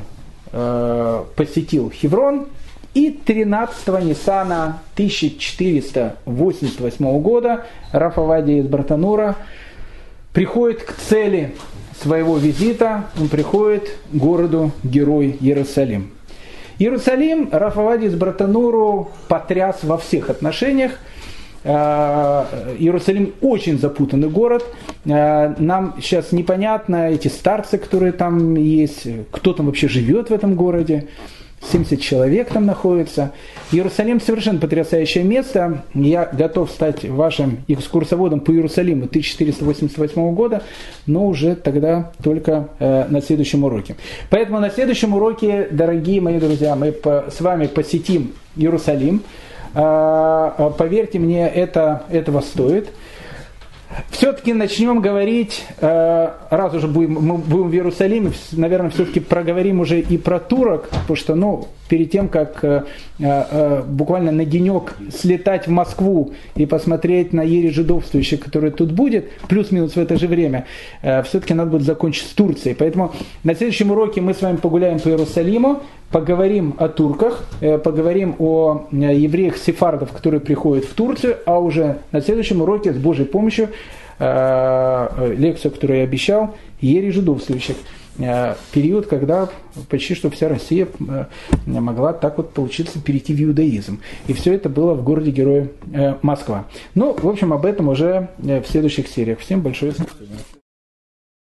посетил Хеврон, и 13 Ниссана 1488 года Рав Овадия из Бартанура приходит к цели своего визита он приходит к городу-герой Иерусалим. Иерусалим Рав Овадия из Братануру потряс во всех отношениях. Иерусалим очень запутанный город. Нам сейчас непонятно, эти старцы, которые там есть, кто там вообще живет в этом городе. 70 человек там находится. Иерусалим совершенно потрясающее место. Я готов стать вашим экскурсоводом по Иерусалиму 1488 года, но уже тогда только на следующем уроке. Поэтому на следующем уроке, дорогие мои друзья, мы с вами посетим Иерусалим. Поверьте мне, этого стоит. Все-таки начнем говорить, раз уже мы будем в Иерусалиме, наверное, все-таки проговорим уже и про турок, потому что, перед тем, как буквально на денек слетать в Москву и посмотреть на ере жидовствующих, который тут будет, плюс-минус в это же время, все-таки надо будет закончить с Турцией. Поэтому на следующем уроке мы с вами погуляем по Иерусалиму, поговорим о турках, поговорим о евреях-сефардов, которые приходят в Турцию, а уже на следующем уроке с Божьей помощью лекцию, которую я обещал, ере жидовствующих. Период, когда почти что вся Россия могла так вот получиться перейти в иудаизм. И все это было в городе-герое Москва. В общем, об этом уже в следующих сериях. Всем большое спасибо.